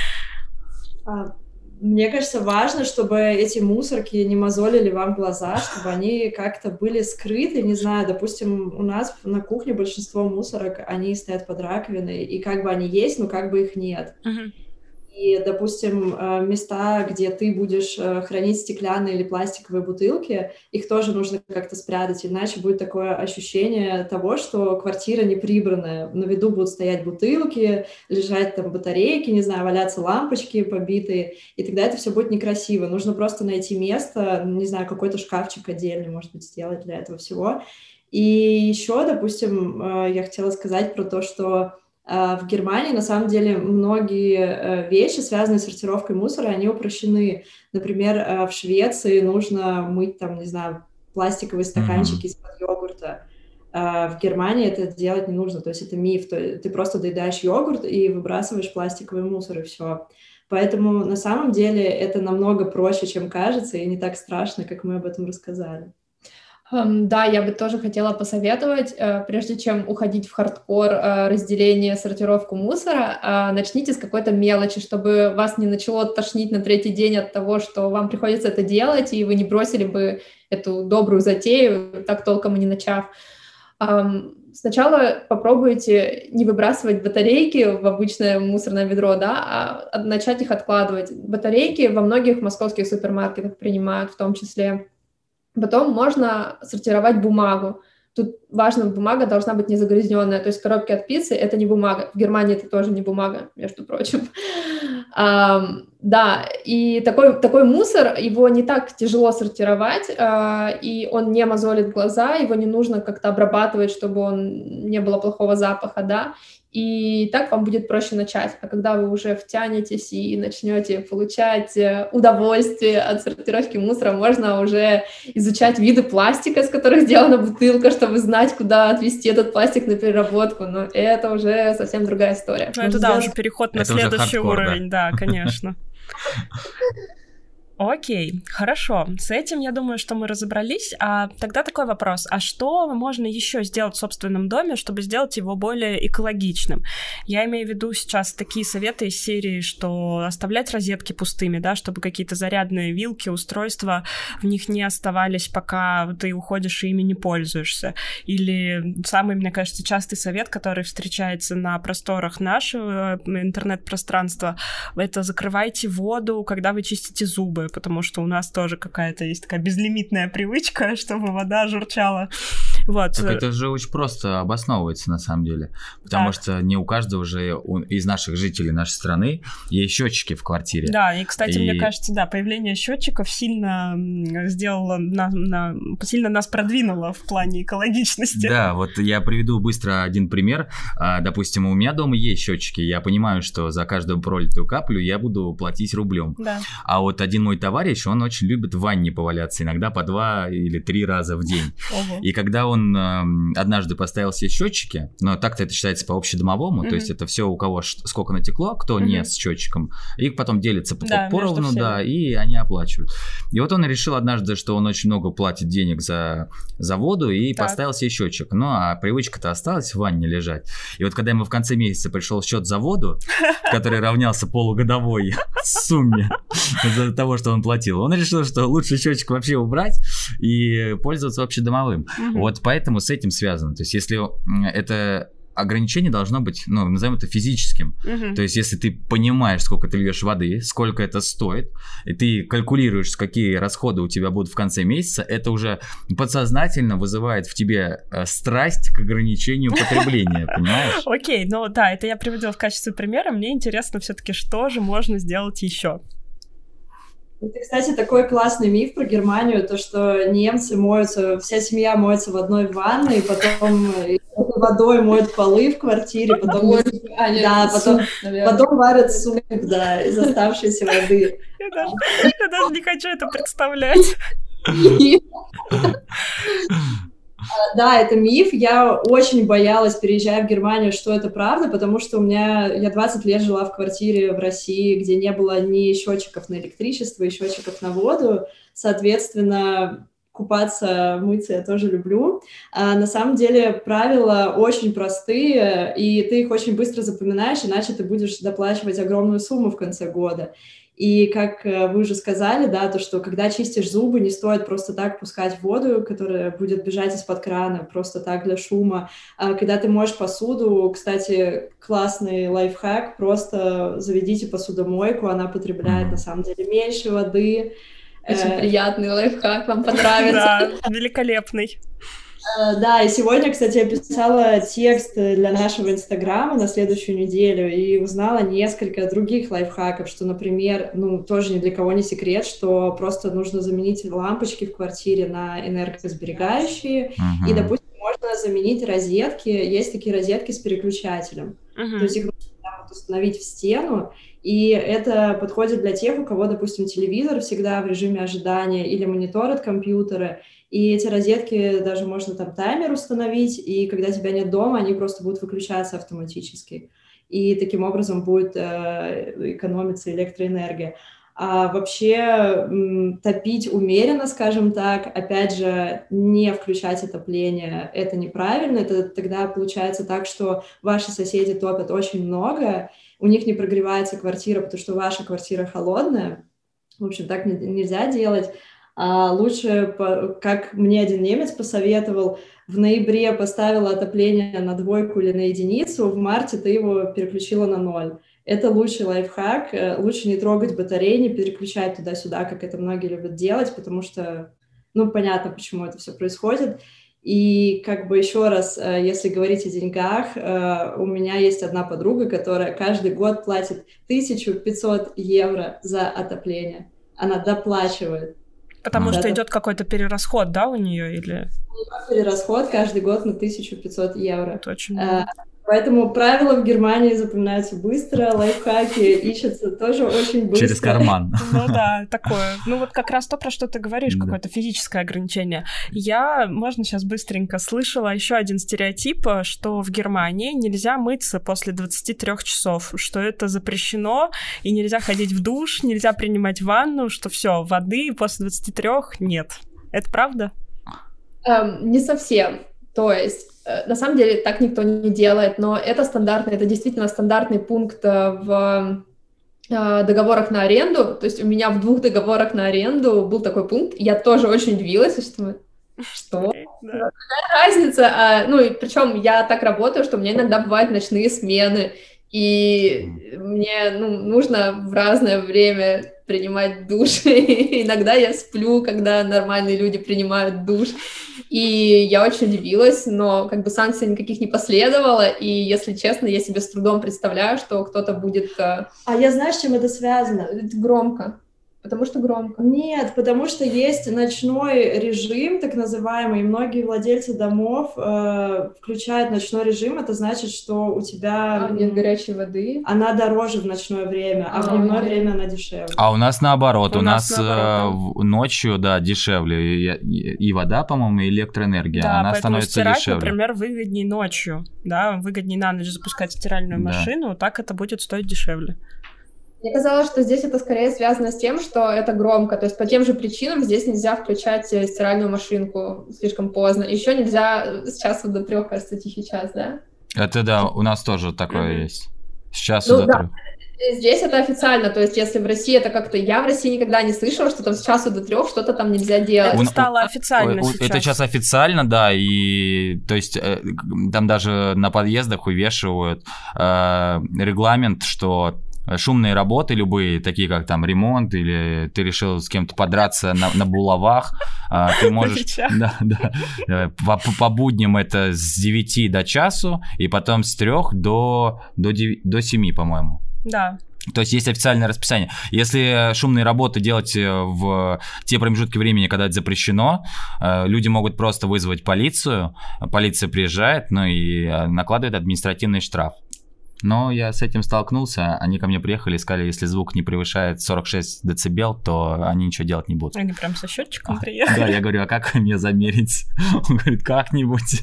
Мне кажется, важно, чтобы эти мусорки не мозолили вам глаза, чтобы они как-то были скрыты. Не знаю, допустим, у нас на кухне большинство мусорок, они стоят под раковиной, и как бы они есть, но как бы их нет. Uh-huh. И, допустим, места, где ты будешь хранить стеклянные или пластиковые бутылки, их тоже нужно как-то спрятать, иначе будет такое ощущение того, что квартира не прибранная. На виду будут стоять бутылки, лежать там батарейки, не знаю, валяться лампочки побитые, и тогда это все будет некрасиво. Нужно просто найти место, не знаю, какой-то шкафчик отдельный, может быть, сделать для этого всего. И еще, допустим, я хотела сказать про то, что в Германии, на самом деле, многие вещи, связанные с сортировкой мусора, они упрощены. Например, в Швеции нужно мыть, там, не знаю, пластиковые стаканчики mm-hmm. из-под йогурта. В Германии это делать не нужно, то есть это миф. Ты просто доедаешь йогурт и выбрасываешь пластиковый мусор, и все. Поэтому, на самом деле, это намного проще, чем кажется, и не так страшно, как мы об этом рассказали. Um, да, я бы тоже хотела посоветовать, uh, прежде чем уходить в хардкор uh, разделение, сортировку мусора, uh, начните с какой-то мелочи, чтобы вас не начало тошнить на третий день от того, что вам приходится это делать, и вы не бросили бы эту добрую затею, так толком и не начав. Um, сначала попробуйте не выбрасывать батарейки в обычное мусорное ведро, да, а начать их откладывать. Батарейки во многих московских супермаркетах принимают в том числе. Потом можно сортировать бумагу. Тут важно, бумага должна быть не загрязненная. То есть коробки от пиццы — это не бумага. В Германии это тоже не бумага, между прочим. А, да, и такой, такой мусор, его не так тяжело сортировать, а, и он не мозолит глаза, его не нужно как-то обрабатывать, чтобы он не было плохого запаха, да. И так вам будет проще начать. А когда вы уже втянетесь и начнете получать удовольствие от сортировки мусора, можно уже изучать виды пластика, из которых сделана бутылка, чтобы знать, куда отвезти этот пластик на переработку. Но это уже совсем другая история. Ну, это да, уже переход на следующий уровень, да, конечно. Окей, хорошо. С этим, я думаю, что мы разобрались. А тогда такой вопрос. А что можно еще сделать в собственном доме, чтобы сделать его более экологичным? Я имею в виду сейчас такие советы из серии, что оставлять розетки пустыми, да, чтобы какие-то зарядные вилки, устройства в них не оставались, пока ты уходишь и ими не пользуешься. Или самый, мне кажется, частый совет, который встречается на просторах нашего интернет-пространства, это закрывайте воду, когда вы чистите зубы, потому что у нас тоже какая-то есть такая безлимитная привычка, чтобы вода журчала Вот. Так это же очень просто обосновывается на самом деле, потому так. что не у каждого же из наших жителей нашей страны есть счетчики в квартире. Да, и, кстати, и... мне кажется, да, появление счетчиков сильно сделало, на, на, сильно нас продвинуло в плане экологичности. Да, вот я приведу быстро один пример. Допустим, у меня дома есть счетчики, я понимаю, что за каждую пролитую каплю я буду платить рублем. Да. А вот один мой товарищ, он очень любит в ванне поваляться, иногда по два или три раза в день. Ого. И когда он э, однажды поставил себе счетчики, но так-то это считается по общедомовому, mm-hmm. то есть это все у кого ш- сколько натекло, кто mm-hmm. не с счетчиком, их потом делятся по- да, поровну, да, и они оплачивают. И вот он решил однажды, что он очень много платит денег за, за воду, и так. поставил себе счетчик. Ну, а привычка-то осталась в ванне лежать. И вот когда ему в конце месяца пришел счет за воду, который равнялся полугодовой сумме из-за того, что он платил, он решил, что лучше счетчик вообще убрать и пользоваться общедомовым. Угу. Вот поэтому с этим связано. То есть если это ограничение должно быть, ну, назовем это физическим. Угу. То есть если ты понимаешь, сколько ты льешь воды, сколько это стоит, и ты калькулируешь, какие расходы у тебя будут в конце месяца, это уже подсознательно вызывает в тебе страсть к ограничению потребления, понимаешь? Окей, ну да, это я приводила в качестве примера. Мне интересно все-таки, что же можно сделать еще? Это, кстати, такой классный миф про Германию, то, что немцы моются, вся семья моется в одной ванной, потом водой моют полы в квартире, потом, а, нет, да, потом, суп, потом варят суп, да, из оставшейся воды. Я даже, я даже не хочу это представлять. Да, это миф. Я очень боялась, переезжая в Германию, что это правда, потому что у меня я двадцать лет жила в квартире в России, где не было ни счетчиков на электричество, ни счетчиков на воду. Соответственно, купаться, мыться я тоже люблю. А на самом деле правила очень простые, и ты их очень быстро запоминаешь, иначе ты будешь доплачивать огромную сумму в конце года. И как вы уже сказали, да, то, что когда чистишь зубы, не стоит просто так пускать воду, которая будет бежать из-под крана, просто так для шума. А когда ты моешь посуду, кстати, классный лайфхак, просто заведите посудомойку, она потребляет на самом деле меньше воды. Очень приятный лайфхак, вам понравится. Да, великолепный. Да, и сегодня, кстати, я писала текст для нашего Инстаграма на следующую неделю и узнала несколько других лайфхаков, что, например, ну, тоже ни для кого не секрет, что просто нужно заменить лампочки в квартире на энергосберегающие, uh-huh. и, допустим, можно заменить розетки, есть такие розетки с переключателем, uh-huh. то есть их нужно вот установить в стену, и это подходит для тех, у кого, допустим, телевизор всегда в режиме ожидания или монитор от компьютера. И эти розетки даже можно там таймер установить, и когда тебя нет дома, они просто будут выключаться автоматически. И таким образом будет э, экономиться электроэнергия. А вообще м, топить умеренно, скажем так, опять же, не включать отопление, это неправильно. Это тогда получается так, что ваши соседи топят очень много, у них не прогревается квартира, потому что ваша квартира холодная. В общем, так не, нельзя делать. А лучше, как мне один немец посоветовал, в ноябре поставила отопление на двойку или на единицу, в марте ты его переключила на ноль. Это лучший лайфхак. Лучше не трогать батареи, не переключать туда-сюда, как это многие любят делать, потому что, ну, понятно, почему это все происходит. И как бы еще раз, если говорить о деньгах, у меня есть одна подруга, которая каждый год платит тысяча пятьсот евро за отопление. Она доплачивает. Потому да, что идет какой-то перерасход, да, у нее или... Перерасход каждый год на тысяча пятьсот евро. Это очень много. Поэтому правила в Германии запоминаются быстро, лайфхаки ищутся тоже очень быстро. Через карман. Ну да, такое. Ну вот как раз то, про что ты говоришь, да. Какое-то физическое ограничение. Я, можно сейчас быстренько, слышала еще один стереотип, что в Германии нельзя мыться после двадцати трёх часов, что это запрещено, и нельзя ходить в душ, нельзя принимать ванну, что все, воды после двадцати трёх нет. Это правда? Эм, не совсем. То есть на самом деле так никто не делает, но это стандартный, это действительно стандартный пункт в договорах на аренду. То есть у меня в двух договорах на аренду был такой пункт. Я тоже очень удивилась, что что? Да. Какая разница? А, ну и причем я так работаю, что у меня иногда бывают ночные смены, и мне ну, нужно в разное время принимать душ. Иногда я сплю, когда нормальные люди принимают душ. И я очень удивилась, но как бы санкций никаких не последовало, и, если честно, я себе с трудом представляю, что кто-то будет... А я знаю, с чем это связано? Это громко. Потому что громко. Нет, потому что есть ночной режим, так называемый, и многие владельцы домов э, включают ночной режим, это значит, что у тебя... А, нет горячей воды. Она дороже в ночное время, а, а в дневное окей. время она дешевле. А у нас наоборот, у, у нас, нас наоборот, э, ночью, да, дешевле, и, и вода, по-моему, и электроэнергия, да, она становится стирать, дешевле. Например, выгоднее ночью, да, выгоднее на ночь запускать стиральную да. машину, так это будет стоить дешевле. Мне казалось, что здесь это скорее связано с тем, что это громко, то есть по тем же причинам здесь нельзя включать стиральную машинку слишком поздно. Еще нельзя с часу до трех, кажется, тихий час, да? Это да, у нас тоже такое mm-hmm. есть. С часу ну, до да. трех. Здесь это официально, то есть если в России это как-то... Я в России никогда не слышала, что там с часу до трех что-то там нельзя делать. Это стало официально Ой, сейчас. Это сейчас официально, да, и то есть э, там даже на подъездах увешивают э, регламент, что... шумные работы любые, такие как там ремонт, или ты решил с кем-то подраться на, на булавах, а, ты можешь... да, да, по, по будням это с девяти до часу, и потом с трех до, до, до семи, по-моему. Да. То есть есть официальное расписание. Если шумные работы делать в те промежутки времени, когда это запрещено, люди могут просто вызвать полицию, полиция приезжает, ну и накладывает административный штраф. Но я с этим столкнулся, они ко мне приехали и сказали, если звук не превышает сорок шесть децибел, то они ничего делать не будут. Они прям со счетчиком приехали? Да, я говорю, а как мне замерить? Он говорит, как-нибудь.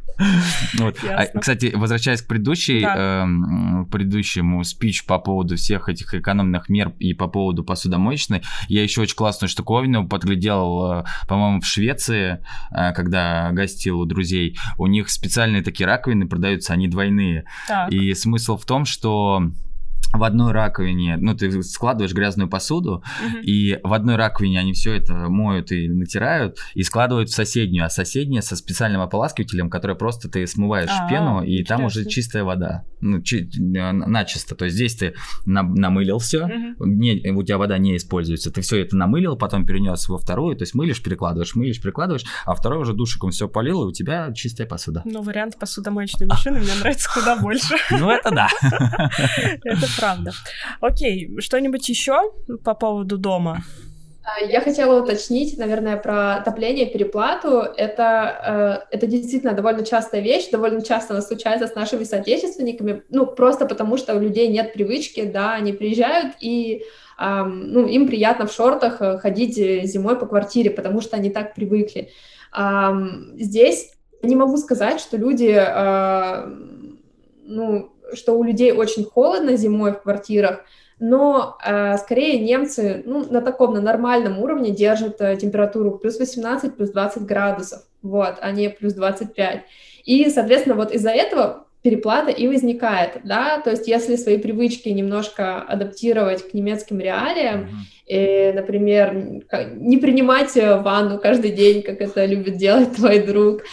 Вот. А, кстати, возвращаясь к предыдущей, да. э, предыдущему спичу по поводу всех этих экономных мер и по поводу посудомоечной, я еще очень классную штуковину подглядел, э, по-моему, в Швеции, э, когда гостил у друзей. У них специальные такие раковины продаются, они двойные. Так. И смысл в том, что в одной раковине, ну, ты складываешь грязную посуду, uh-huh. и в одной раковине они все это моют и натирают, и складывают в соседнюю, а соседняя со специальным ополаскивателем, который просто ты смываешь А-а-а, пену, и интересно. Там уже чистая вода, ну, чи- начисто. То есть здесь ты на- намылил все, uh-huh. не, у тебя вода не используется, ты все это намылил, потом перенес во вторую, то есть мылишь, перекладываешь, мылишь, перекладываешь, а второй уже душиком все полил, и у тебя чистая посуда. Ну, вариант посудомоечной машины мне нравится куда больше. Ну, это да. Это правда. Окей, что-нибудь еще по поводу дома? Я хотела уточнить, наверное, про отопление, переплату. Это, это действительно довольно частая вещь, довольно часто она случается с нашими соотечественниками, ну, просто потому что у людей нет привычки, да, они приезжают и ну, им приятно в шортах ходить зимой по квартире, потому что они так привыкли. Здесь не могу сказать, что люди, ну, что у людей очень холодно зимой в квартирах, но э, скорее немцы ну, на таком, на нормальном уровне держат э, температуру плюс восемнадцать, плюс двадцать градусов, вот, а не плюс двадцать пять. И, соответственно, вот из-за этого переплата и возникает, да, то есть если свои привычки немножко адаптировать к немецким реалиям, mm-hmm. и, например, не принимать ванну каждый день, как это любит делать твой друг,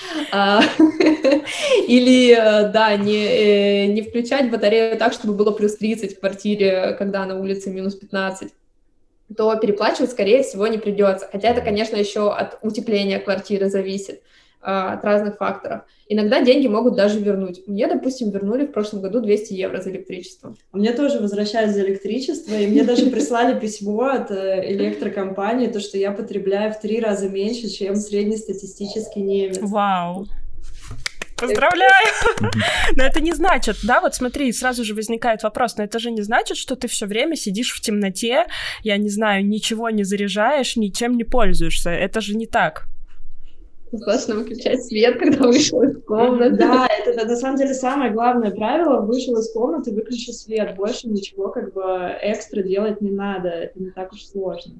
или, да, не, не включать батарею так, чтобы было плюс тридцать в квартире, когда на улице минус пятнадцать, то переплачивать, скорее всего, не придется. Хотя это, конечно, еще от утепления квартиры зависит, от разных факторов. Иногда деньги могут даже вернуть. Мне, допустим, вернули в прошлом году двести евро за электричество. Мне тоже возвращают за электричество, и мне даже прислали письмо от электрокомпании, то, что я потребляю в три раза меньше, чем среднестатистический немец. Вау! Поздравляю! Но это не значит, да, вот смотри, сразу же возникает вопрос, но это же не значит, что ты все время сидишь в темноте, я не знаю, ничего не заряжаешь, ничем не пользуешься. Это же не так. Достаточно выключать свет, когда вышел из комнаты. Да, это, это на самом деле самое главное правило. Вышел из комнаты, выключи свет. Больше ничего как бы экстра делать не надо. Это не так уж сложно.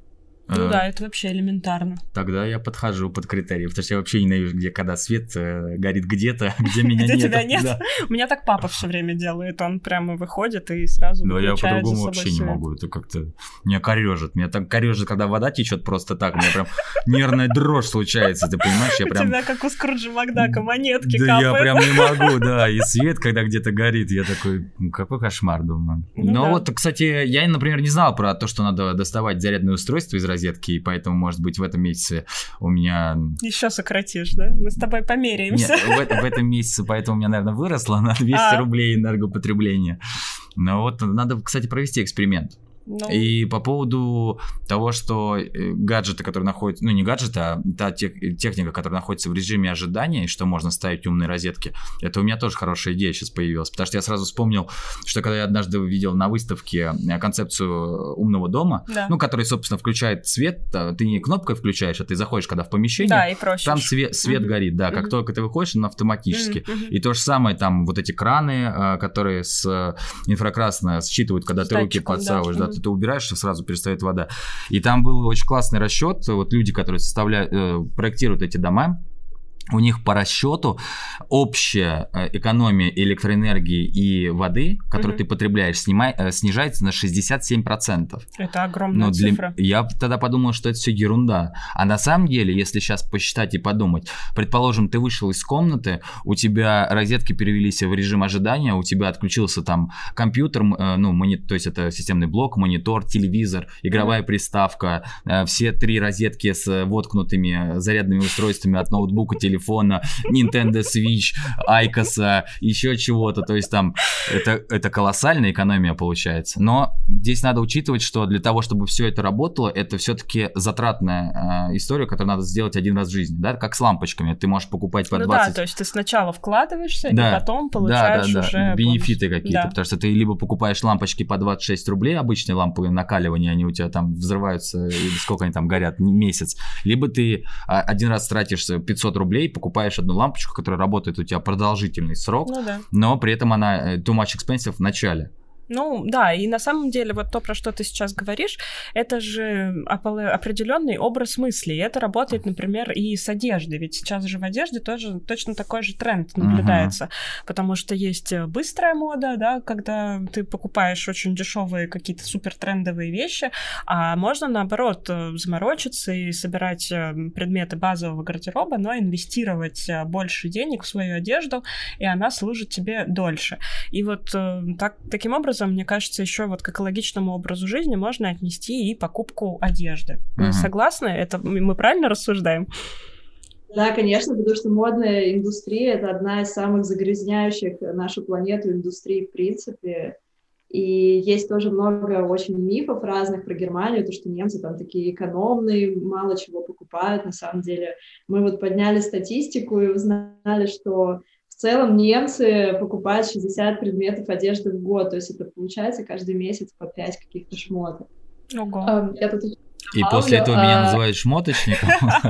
Ну да, это вообще элементарно. Тогда я подхожу под критерии, потому что я вообще ненавижу, где когда свет э, горит где-то, где меня нет. Где тебя нет? Да. У меня так папа все время делает, он прямо выходит и сразу выключает за собой свет. Да, я по-другому вообще не могу, это как-то меня корежит. Меня так корежит, когда вода течет просто так, у меня прям нервная дрожь случается, ты понимаешь? Я прям... У тебя как у Скруджа Макдака монетки да, капают. Да, я прям не могу, да, и свет, когда где-то горит, я такой, ну, какой кошмар, думаю. Ну, Но да. вот, кстати, я, например, не знал про то, что надо доставать зарядное устройство из розетки, и поэтому, может быть, в этом месяце у меня... Еще сократишь, да? Мы с тобой померяемся. Нет, в, в этом месяце, поэтому у меня, наверное, выросло на двести а. рублей энергопотребления. Но вот надо, кстати, провести эксперимент. Ну... И по поводу того, что гаджеты, которые находятся, ну не гаджеты, а та техника, которая находится в режиме ожидания, и что можно ставить умные розетки, это у меня тоже хорошая идея сейчас появилась, потому что я сразу вспомнил, что когда я однажды увидел на выставке концепцию умного дома, да. ну, который, собственно, включает свет, ты не кнопкой включаешь, а ты заходишь, когда в помещение, да, и там свет, свет mm-hmm. горит, да, как mm-hmm. только ты выходишь, он автоматически. Mm-hmm. И то же самое, там вот эти краны, которые с инфракрасно считывают, когда с ты руки подсовываешь, да, mm-hmm. ты убираешь, сразу перестает вода. И там был очень классный расчет. Вот люди, которые составляют, э, проектируют эти дома, у них по расчету общая экономия электроэнергии и воды, которую mm-hmm. ты потребляешь, снимай, снижается на шестьдесят семь процентов. Это огромная Но для... цифра. Я тогда подумал, что это все ерунда. А на самом деле, если сейчас посчитать и подумать, предположим, ты вышел из комнаты, у тебя розетки перевелись в режим ожидания, у тебя отключился там компьютер, ну, мони... то есть это системный блок, монитор, телевизор, игровая mm-hmm. приставка, все три розетки с воткнутыми зарядными устройствами от ноутбука, телефона, телефона, Nintendo Switch, Айкоса, еще чего-то. То есть там это, это колоссальная экономия получается. Но здесь надо учитывать, что для того, чтобы все это работало, это все-таки затратная э, история, которую надо сделать один раз в жизни. Да? Как с лампочками. Ты можешь покупать по ну двадцать... да, то есть ты сначала вкладываешься, да. и потом получаешь да, да, да. уже... бенефиты бонус. Какие-то. Да. Потому что ты либо покупаешь лампочки по двадцать шесть рублей, обычные лампы накаливания, они у тебя там взрываются, или сколько они там горят, месяц. Либо ты один раз тратишь пятьсот рублей, покупаешь одну лампочку, которая работает у тебя продолжительный срок, ну, да. но при этом она too much expensive в начале. Ну, да, и на самом деле вот то, про что ты сейчас говоришь, это же определенный образ мысли. И это работает, например, и с одеждой. Ведь сейчас же в одежде тоже точно такой же тренд наблюдается. Uh-huh. Потому что есть быстрая мода, да, когда ты покупаешь очень дешевые какие-то супертрендовые вещи, а можно, наоборот, заморочиться и собирать предметы базового гардероба, но инвестировать больше денег в свою одежду, и она служит тебе дольше. И вот так, таким образом, мне кажется, еще вот к экологичному образу жизни можно отнести и покупку одежды. Вы uh-huh. согласны? Это мы правильно рассуждаем? Да, конечно, потому что модная индустрия — это одна из самых загрязняющих нашу планету индустрий в принципе. И есть тоже много очень мифов разных про Германию, то, что немцы там такие экономные, мало чего покупают. На самом деле мы вот подняли статистику и узнали, что в целом немцы покупают шестьдесят предметов одежды в год, то есть это получается каждый месяц по пять каких-то шмоток. Ого. Um, я тут И Павлю, после этого а... меня называют шмоточником?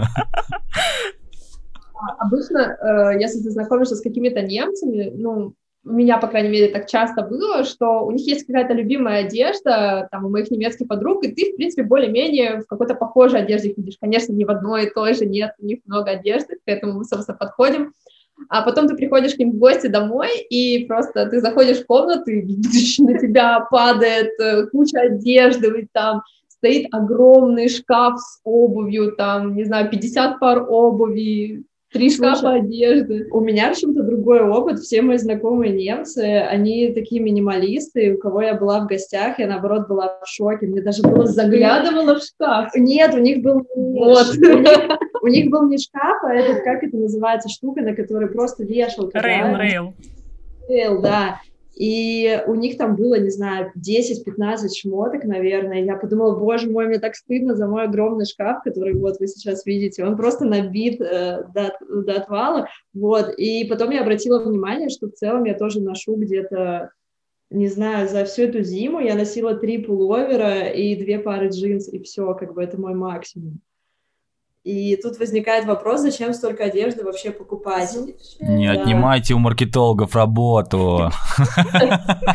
Обычно, если ты знакомишься с какими-то немцами, ну, у меня, по крайней мере, так часто было, что у них есть какая-то любимая одежда, там, у моих немецких подруг, и ты, в принципе, более-менее в какой-то похожей одежде ходишь. Конечно, не в одной и той же, нет, у них много одежды, к этому мы, собственно, подходим. А потом ты приходишь к ним в гости домой, и просто ты заходишь в комнату, и на тебя падает куча одежды, там стоит огромный шкаф с обувью, там, не знаю, пятьдесят пар обуви, три шкафа одежды. У меня почему-то другой опыт. Все мои знакомые немцы, они такие минималисты, у кого я была в гостях, я, наоборот, была в шоке. Мне даже было заглядывала в шкаф. Нет, у них был... Вот. У них был не шкаф, а этот, как это называется, штука, на которой просто вешалка. Рейл, рейл. Рейл, да. И у них там было, не знаю, десять-пятнадцать шмоток, наверное. Я подумала, боже мой, мне так стыдно за мой огромный шкаф, который вот вы сейчас видите. Он просто набит э, до, до отвала. Вот. И потом я обратила внимание, что в целом я тоже ношу где-то, не знаю, за всю эту зиму я носила три пуловера и две пары джинс, и все, как бы это мой максимум. И тут возникает вопрос, зачем столько одежды вообще покупать? Не да. отнимайте у маркетологов работу.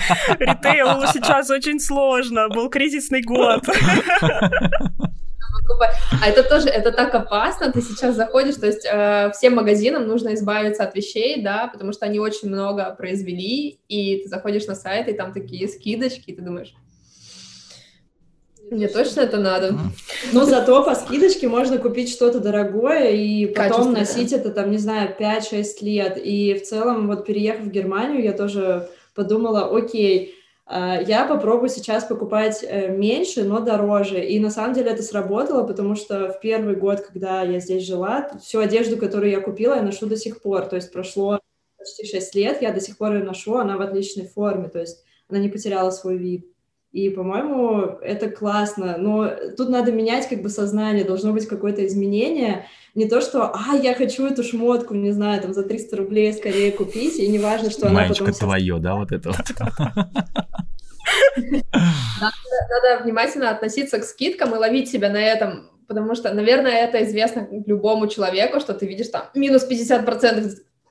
Ритейлу сейчас очень сложно, был кризисный год. покупать. А это тоже, это так опасно, ты сейчас заходишь, то есть э, всем магазинам нужно избавиться от вещей, да, потому что они очень много произвели, и ты заходишь на сайт, и там такие скидочки, и ты думаешь, мне точно это надо? Но зато по скидочке можно купить что-то дорогое и потом носить это, там, не знаю, пять-шесть лет. И в целом, вот переехав в Германию, я тоже подумала, окей, я попробую сейчас покупать меньше, но дороже. И на самом деле это сработало, потому что в первый год, когда я здесь жила, всю одежду, которую я купила, я ношу до сих пор. То есть прошло почти шесть лет, я до сих пор ее ношу, она в отличной форме, то есть она не потеряла свой вид. И, по-моему, это классно, но тут надо менять как бы сознание, должно быть какое-то изменение. Не то, что, а, я хочу эту шмотку, не знаю, там за триста рублей скорее купить, и не важно, что она потом... Маечка твое, да, вот это вот? Надо внимательно относиться к скидкам и ловить себя на этом, потому что, наверное, это известно любому человеку, что ты видишь там минус пятьдесят процентов.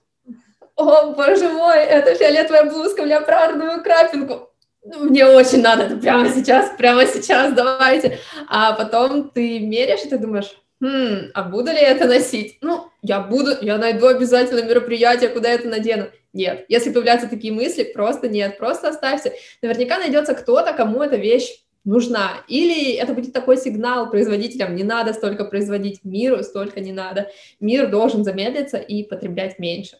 О, боже мой, это фиолетовая блузка, у меня про родную крапинку. Мне очень надо это прямо сейчас, прямо сейчас, давайте. А потом ты меряешь, и ты думаешь, хм, а буду ли я это носить? Ну, я буду, я найду обязательно мероприятие, куда я это надену. Нет, если появляются такие мысли, просто нет, просто оставься. Наверняка найдется кто-то, кому эта вещь нужна. Или это будет такой сигнал производителям, не надо столько производить, миру столько не надо. Мир должен замедлиться и потреблять меньше.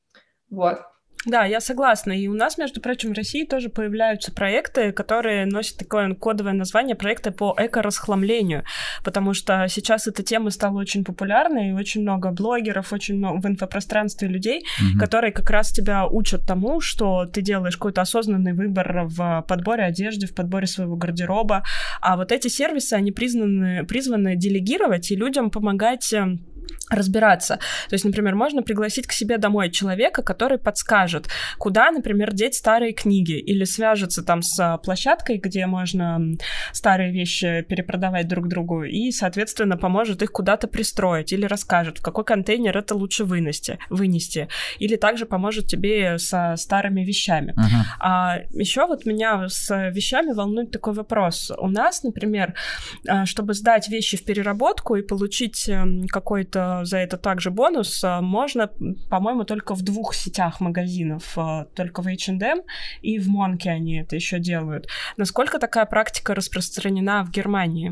Вот. Да, я согласна. И у нас, между прочим, в России тоже появляются проекты, которые носят такое кодовое название проекты по эко-расхламлению, потому что сейчас эта тема стала очень популярной, и очень много блогеров, очень много в инфопространстве людей, mm-hmm. которые как раз тебя учат тому, что ты делаешь какой-то осознанный выбор в подборе одежды, в подборе своего гардероба, а вот эти сервисы, они признаны, призваны делегировать и людям помогать разбираться. То есть, например, можно пригласить к себе домой человека, который подскажет, куда, например, деть старые книги, или свяжется там с площадкой, где можно старые вещи перепродавать друг другу, и, соответственно, поможет их куда-то пристроить, или расскажет, в какой контейнер это лучше вынести, вынести, или также поможет тебе со старыми вещами. Uh-huh. А еще вот меня с вещами волнует такой вопрос. У нас, например, чтобы сдать вещи в переработку и получить какой-то за это также бонус, можно, по-моему, только в двух сетях магазинов, только в эйч энд эм и в Монке они это еще делают. Насколько такая практика распространена в Германии?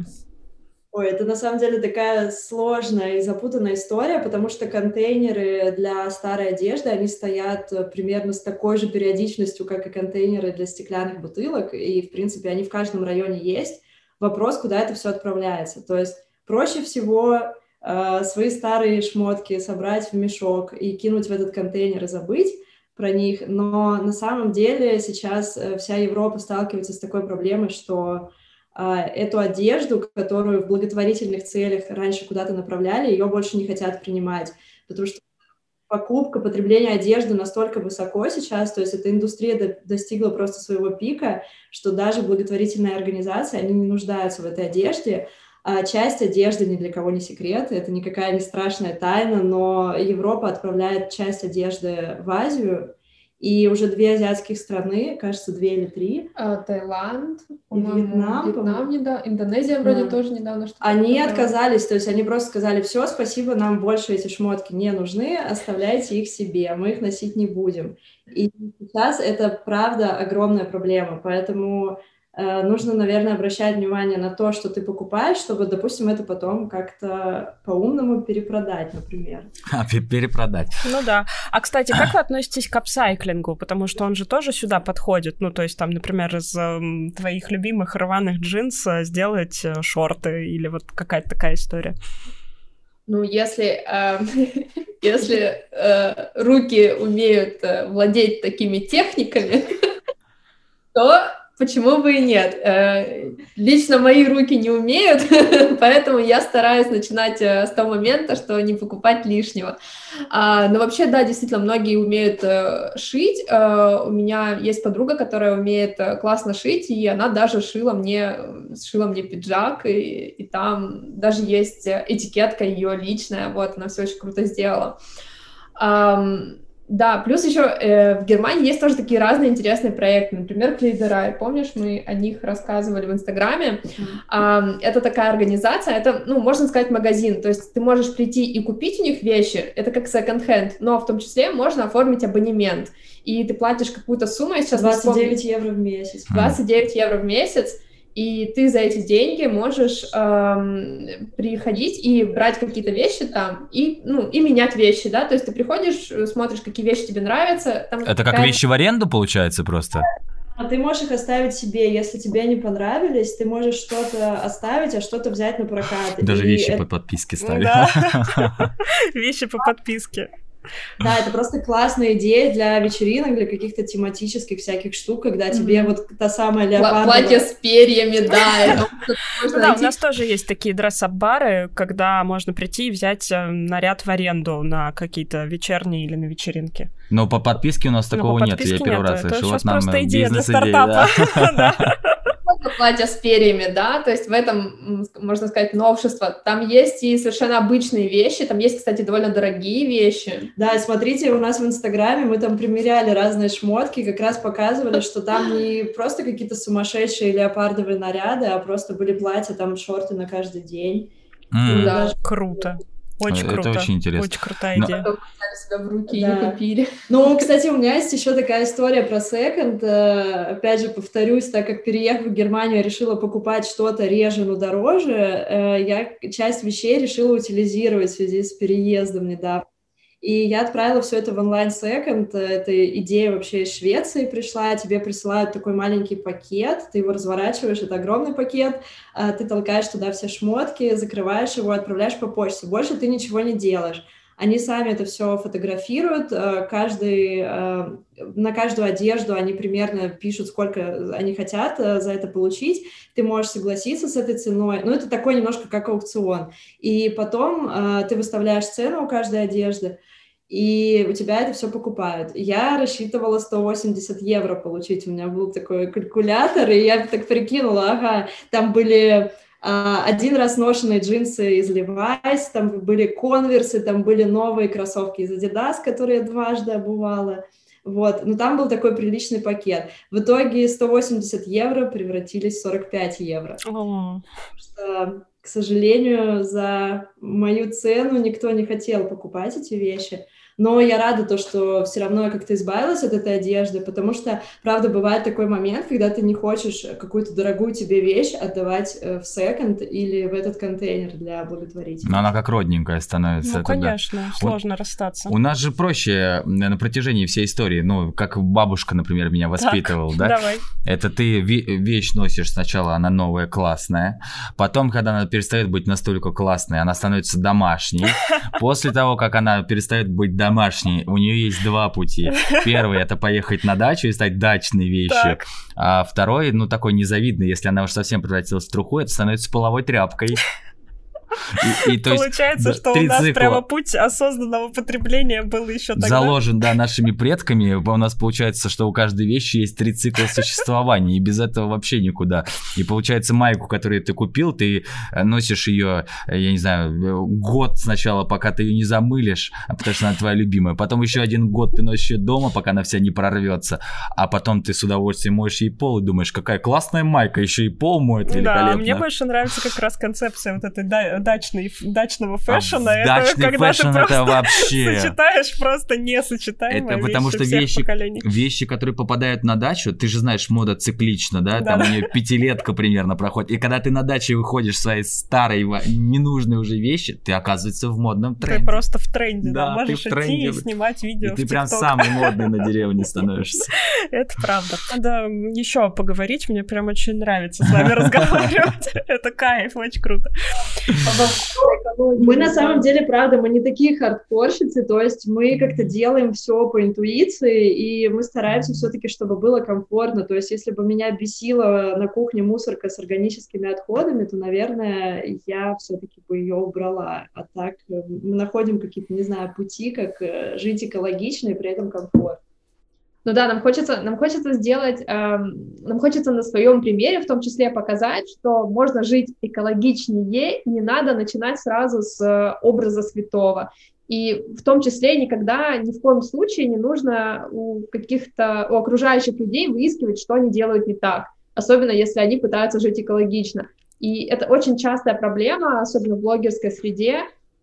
Ой, это на самом деле такая сложная и запутанная история, потому что контейнеры для старой одежды, они стоят примерно с такой же периодичностью, как и контейнеры для стеклянных бутылок, и, в принципе, они в каждом районе есть. Вопрос, куда это все отправляется. То есть проще всего свои старые шмотки собрать в мешок и кинуть в этот контейнер и забыть про них, но на самом деле сейчас вся Европа сталкивается с такой проблемой, что эту одежду, которую в благотворительных целях раньше куда-то направляли, ее больше не хотят принимать, потому что покупка, потребление одежды настолько высоко сейчас, то есть эта индустрия до- достигла просто своего пика, что даже благотворительные организации, они не нуждаются в этой одежде. А часть одежды ни для кого не секрет, это никакая не страшная тайна, но Европа отправляет часть одежды в Азию, и уже две азиатских страны, кажется, две или три. А, Таиланд, Вьетнам, Вьетнам недавно, Индонезия вроде да. тоже недавно что-то. Они такое. отказались, то есть они просто сказали, все, спасибо, нам больше эти шмотки не нужны, оставляйте их себе, мы их носить не будем. И сейчас это, правда, огромная проблема, поэтому... нужно, наверное, обращать внимание на то, что ты покупаешь, чтобы, допустим, это потом как-то по-умному перепродать, например. А, перепродать. Ну да. А, кстати, как вы относитесь к апсайклингу? Потому что он же тоже сюда подходит. Ну, то есть там, например, из э, твоих любимых рваных джинс сделать э, шорты или вот какая-то такая история. Ну, если, э, если э, руки умеют э, владеть такими техниками, то... Почему бы и нет? Лично мои руки не умеют, поэтому я стараюсь начинать с того момента, что не покупать лишнего. Но вообще, да, действительно, многие умеют шить. У меня есть подруга, которая умеет классно шить, и она даже шила мне, сшила мне пиджак, и, и там даже есть этикетка ее личная, вот, она все очень круто сделала. Да, плюс еще э, в Германии есть тоже такие разные интересные проекты. Например, Клейдерай. Помнишь, мы о них рассказывали в Инстаграме? Mm-hmm. Э, это такая организация, это, ну, можно сказать, магазин. То есть ты можешь прийти и купить у них вещи, это как секонд-хенд, но в том числе можно оформить абонемент. И ты платишь какую-то сумму, я сейчас двадцать девять евро в месяц. двадцать девять евро в месяц. И ты за эти деньги можешь эм, приходить и брать какие-то вещи там, и, ну, и менять вещи, да, то есть ты приходишь, смотришь, какие вещи тебе нравятся. Там это какая... как вещи в аренду, получается, просто? А ты можешь их оставить себе, если тебе не понравились, ты можешь что-то оставить, а что-то взять на прокат. Даже и вещи это... по подписке ставят. Да, вещи по подписке. Да, это просто классная идея для вечеринок, для каких-то тематических всяких штук, когда тебе mm-hmm. вот та самая леопардовая... Платье с перьями, да. Да, у нас тоже есть такие дресс-ап-бары, когда можно прийти и взять наряд в аренду на какие-то вечерние или на вечеринки. Но по подписке у нас такого нет, я первый раз слышу. Вот нам просто идея для стартапа. Платья с перьями, да, то есть в этом, можно сказать, новшество. Там есть и совершенно обычные вещи, там есть, кстати, довольно дорогие вещи. Да, смотрите, у нас в Инстаграме мы там примеряли разные шмотки, как раз показывали, что там не просто какие-то сумасшедшие леопардовые наряды, а просто были платья, там шорты на каждый день. Mm. Да, даже... круто. Очень это круто. Очень интересно. Очень крутая идея. Потом взяли себя в руки да. и не купили. Ну, кстати, у меня есть еще такая история про секонд. Опять же, повторюсь, так как переехав в Германию, я решила покупать что-то реже, но дороже. Я часть вещей решила утилизировать в связи с переездом недавно. И я отправила все это в онлайн-секонд. Это идея вообще из Швеции пришла. Тебе присылают такой маленький пакет, ты его разворачиваешь, это огромный пакет, ты толкаешь туда все шмотки, закрываешь его, отправляешь по почте. Больше ты ничего не делаешь. Они сами это все фотографируют, каждый, на каждую одежду они примерно пишут, сколько они хотят за это получить. Ты можешь согласиться с этой ценой, но это такой немножко как аукцион. И потом ты выставляешь цену у каждой одежды, и у тебя это все покупают. Я рассчитывала сто восемьдесят евро получить, у меня был такой калькулятор, и я так прикинула, ага, там были... один раз ношенные джинсы из Levi's, там были конверсы, там были новые кроссовки из Adidas, которые я дважды обувала. Вот. Но там был такой приличный пакет. В итоге сто восемьдесят евро превратились в сорок пять евро. Oh. Потому что, к сожалению, за мою цену никто не хотел покупать эти вещи. Но я рада, то, что все равно я как-то избавилась от этой одежды, потому что, правда, бывает такой момент, когда ты не хочешь какую-то дорогую тебе вещь отдавать в секонд или в этот контейнер для благотворительности. Но она как родненькая становится. Ну, конечно, да. Сложно у, расстаться. У нас же проще на протяжении всей истории, ну, как бабушка, например, меня воспитывала, так, да? Давай. Это ты вещь носишь сначала, она новая, классная, потом, когда она перестает быть настолько классной, она становится домашней, после того, как она перестает быть домашней, домашний, у нее есть два пути. Первый — это поехать на дачу и стать дачной вещью. Так. А второй, ну, такой незавидный, если она уже совсем превратилась в труху, это становится половой тряпкой. И, и, то Получается, есть, что у нас цикла. Прямо путь осознанного потребления был еще тогда. Заложен, да, нашими предками. У нас получается, что у каждой вещи есть три цикла существования, и без этого вообще никуда. И получается, майку, которую ты купил, ты носишь ее, я не знаю, год сначала, пока ты ее не замылишь, потому что она твоя любимая. Потом еще один год ты носишь ее дома, пока она вся не прорвется. А потом ты с удовольствием моешь ей пол и думаешь, какая классная майка, еще и пол моет великолепно. Да, мне больше нравится как раз концепция вот этой дачной, дачного фэшена. А это дачный когда фэшн ты это вообще... сочетаешь просто несочетаемые это потому вещи что всех вещи, поколений. Вещи, которые попадают на дачу, ты же знаешь, мода циклична, да? да. Там у нее пятилетка примерно проходит. И когда ты на даче выходишь в свои старые, ненужные уже вещи, ты оказывается в модном тренде. Ты просто в тренде, да? да Можешь ты в тренде. идти и снимать видео и ты в прям самый модный на деревне становишься. Это правда. Надо еще поговорить, мне прям очень нравится с вами разговаривать. Это кайф, очень круто. Мы на самом деле, правда, мы не такие хардкорщицы, то есть мы как-то делаем все по интуиции, и мы стараемся все-таки, чтобы было комфортно. То есть если бы меня бесила на кухне мусорка с органическими отходами, то, наверное, я все-таки бы ее убрала. А так мы находим какие-то, не знаю, пути, как жить экологично и при этом комфортно. Ну да, нам хочется, нам хочется сделать, эм, нам хочется на своем примере в том числе показать, что можно жить экологичнее, не надо начинать сразу с образа святого. И в том числе никогда, ни в коем случае не нужно у каких-то, у окружающих людей выискивать, что они делают не так, особенно если они пытаются жить экологично. И это очень частая проблема, особенно в блогерской среде,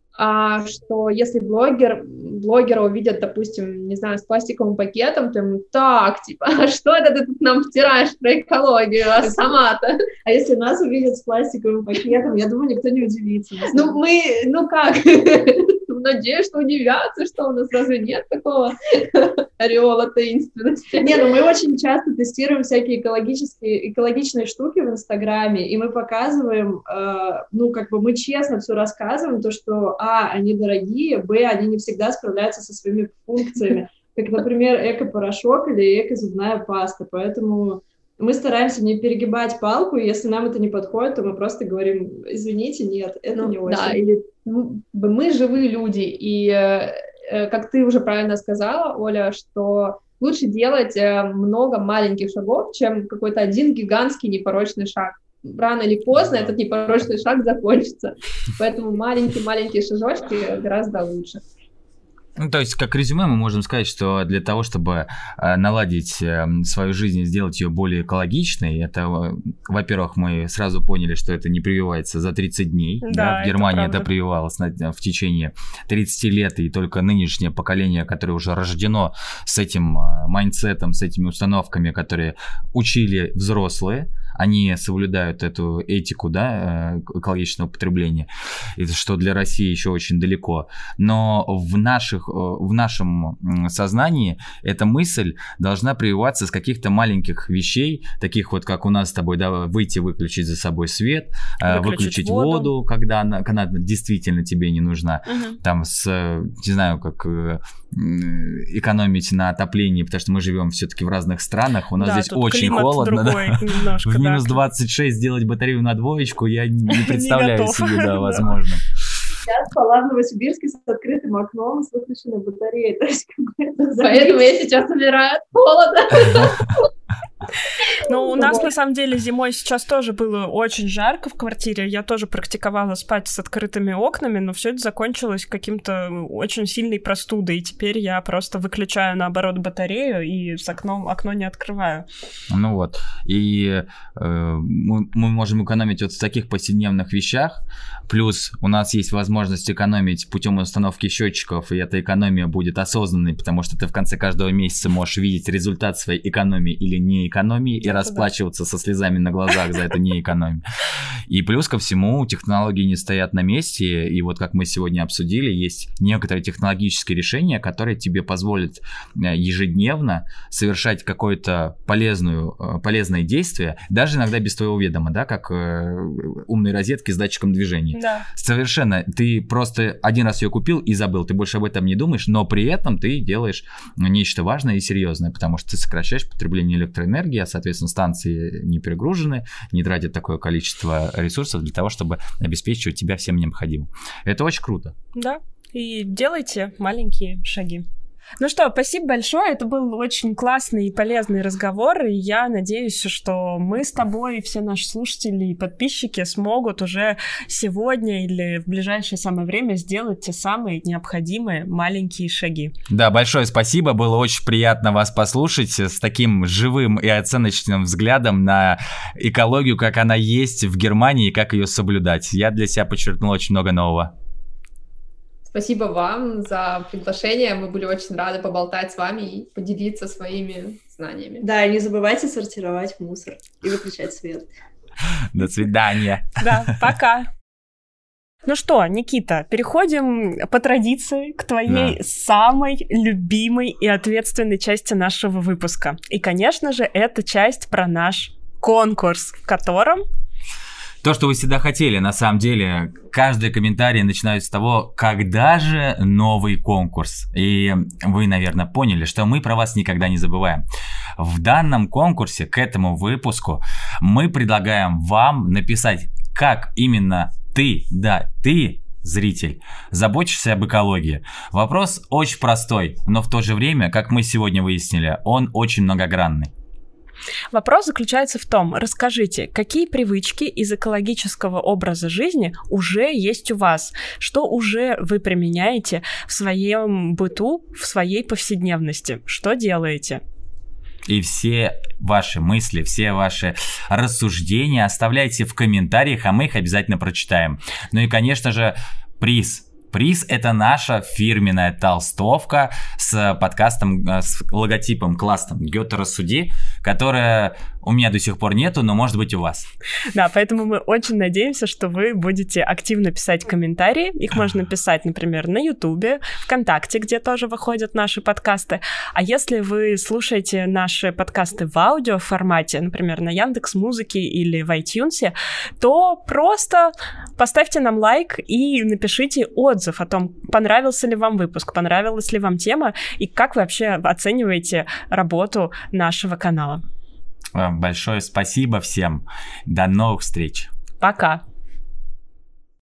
а, что если блогер, блогера увидят, допустим, не знаю, с пластиковым пакетом, то ему так, типа, а что это ты тут нам втираешь про экологию, а сама-то? А если нас увидят с пластиковым пакетом, я думаю, никто не удивится. Ну, мы, ну как, надеюсь, что удивятся, что у нас разве нет такого ореола таинственности? Не, ну мы очень часто тестируем всякие экологические, экологичные штуки в Инстаграме, и мы показываем, э, ну, как бы мы честно все рассказываем, то, что, а, они дорогие, б, они не всегда справляются со своими функциями, как, например, эко-порошок или эко-зубная паста, поэтому мы стараемся не перегибать палку, и если нам это не подходит, то мы просто говорим, извините, нет, это ну, не очень. Да, или ну, мы живые люди, и э, э, как ты уже правильно сказала, Оля, что лучше делать э, много маленьких шагов, чем какой-то один гигантский непорочный шаг. Рано или поздно этот непорочный шаг закончится, поэтому маленькие-маленькие шажочки гораздо лучше. Ну, то есть, как резюме мы можем сказать, что для того, чтобы э, наладить э, свою жизнь и сделать ее более экологичной, это, э, во-первых, мы сразу поняли, что это не прививается за тридцать дней. Да, да, в Германии это, это прививалось на, в течение тридцати лет, и только нынешнее поколение, которое уже рождено с этим э, майндсетом, с этими установками, которые учили взрослые, они соблюдают эту этику, да, экологичного потребления, и что для России еще очень далеко. Но в, наших, в нашем сознании эта мысль должна прививаться с каких-то маленьких вещей, таких вот, как у нас с тобой, да, выйти, выключить за собой свет, выключить, выключить воду. воду, когда она, когда она действительно тебе не нужна, угу. там с, не знаю, как экономить на отоплении, потому что мы живем все-таки в разных странах, у нас да, здесь очень холодно, да? Немножко, в минус двадцать шесть сделать батарею на двоечку я не представляю себе, да, возможно. Я спала в Новосибирске с открытым окном, с выключенной батареей. Поэтому я сейчас умираю от холода. Ну, у нас, на самом деле, зимой сейчас тоже было очень жарко в квартире. Я тоже практиковала спать с открытыми окнами, но все это закончилось каким-то очень сильной простудой. И теперь я просто выключаю, наоборот, батарею и с окном окно не открываю. Ну вот. И э, мы, мы можем экономить вот в таких повседневных вещах. Плюс у нас есть возможность экономить путем установки счетчиков, и эта экономия будет осознанной, потому что ты в конце каждого месяца можешь видеть результат своей экономии или не экономии и это расплачиваться да. со слезами на глазах за это не экономию. И плюс ко всему технологии не стоят на месте, и вот как мы сегодня обсудили, есть некоторые технологические решения, которые тебе позволят ежедневно совершать какое-то полезную, полезное действие, даже иногда без твоего ведома, да, как умные розетки с датчиком движения. Да. Совершенно. Ты просто один раз ее купил и забыл, ты больше об этом не думаешь, но при этом ты делаешь нечто важное и серьезное, потому что ты сокращаешь потребление электроэнергии, а, соответственно, станции не перегружены, не тратят такое количество ресурсов для того, чтобы обеспечивать тебя всем необходимым. Это очень круто. Да, и делайте маленькие шаги. Ну что, спасибо большое, это был очень классный и полезный разговор, и я надеюсь, что мы с тобой, все наши слушатели и подписчики смогут уже сегодня или в ближайшее самое время сделать те самые необходимые маленькие шаги. Да, большое спасибо, было очень приятно вас послушать с таким живым и оценочным взглядом на экологию, как она есть в Германии и как ее соблюдать. Я для себя подчеркнул очень много нового. Спасибо вам за приглашение. Мы были очень рады поболтать с вами и поделиться своими знаниями. Да, и не забывайте сортировать мусор и выключать свет. До свидания. Да, пока. Ну что, Никита, переходим по традиции к твоей да. самой любимой и ответственной части нашего выпуска. И, конечно же, это часть про наш конкурс, в котором... То, что вы всегда хотели, на самом деле, каждый комментарий начинается с того, когда же новый конкурс. И вы, наверное, поняли, что мы про вас никогда не забываем. В данном конкурсе, к этому выпуску, мы предлагаем вам написать, как именно ты, да, ты, зритель, заботишься об экологии. Вопрос очень простой, но в то же время, как мы сегодня выяснили, он очень многогранный. Вопрос заключается в том, расскажите, какие привычки из экологического образа жизни уже есть у вас, что уже вы применяете в своем быту, в своей повседневности, что делаете? И все ваши мысли, все ваши рассуждения оставляйте в комментариях, а мы их обязательно прочитаем. Ну и, конечно же, приз. Приз — это наша фирменная толстовка с подкастом, с логотипом классным «Гёте, рассуди», которая у меня до сих пор нету, но может быть у вас. Да, поэтому мы очень надеемся, что вы будете активно писать комментарии. Их можно писать, например, на Ютубе, ВКонтакте, где тоже выходят наши подкасты. А если вы слушаете наши подкасты в аудиоформате, например, на Яндекс.Музыке или в iTunes, то просто поставьте нам лайк и напишите отзыв о том, понравился ли вам выпуск, понравилась ли вам тема и как вы вообще оцениваете работу нашего канала. Большое спасибо всем. До новых встреч. Пока.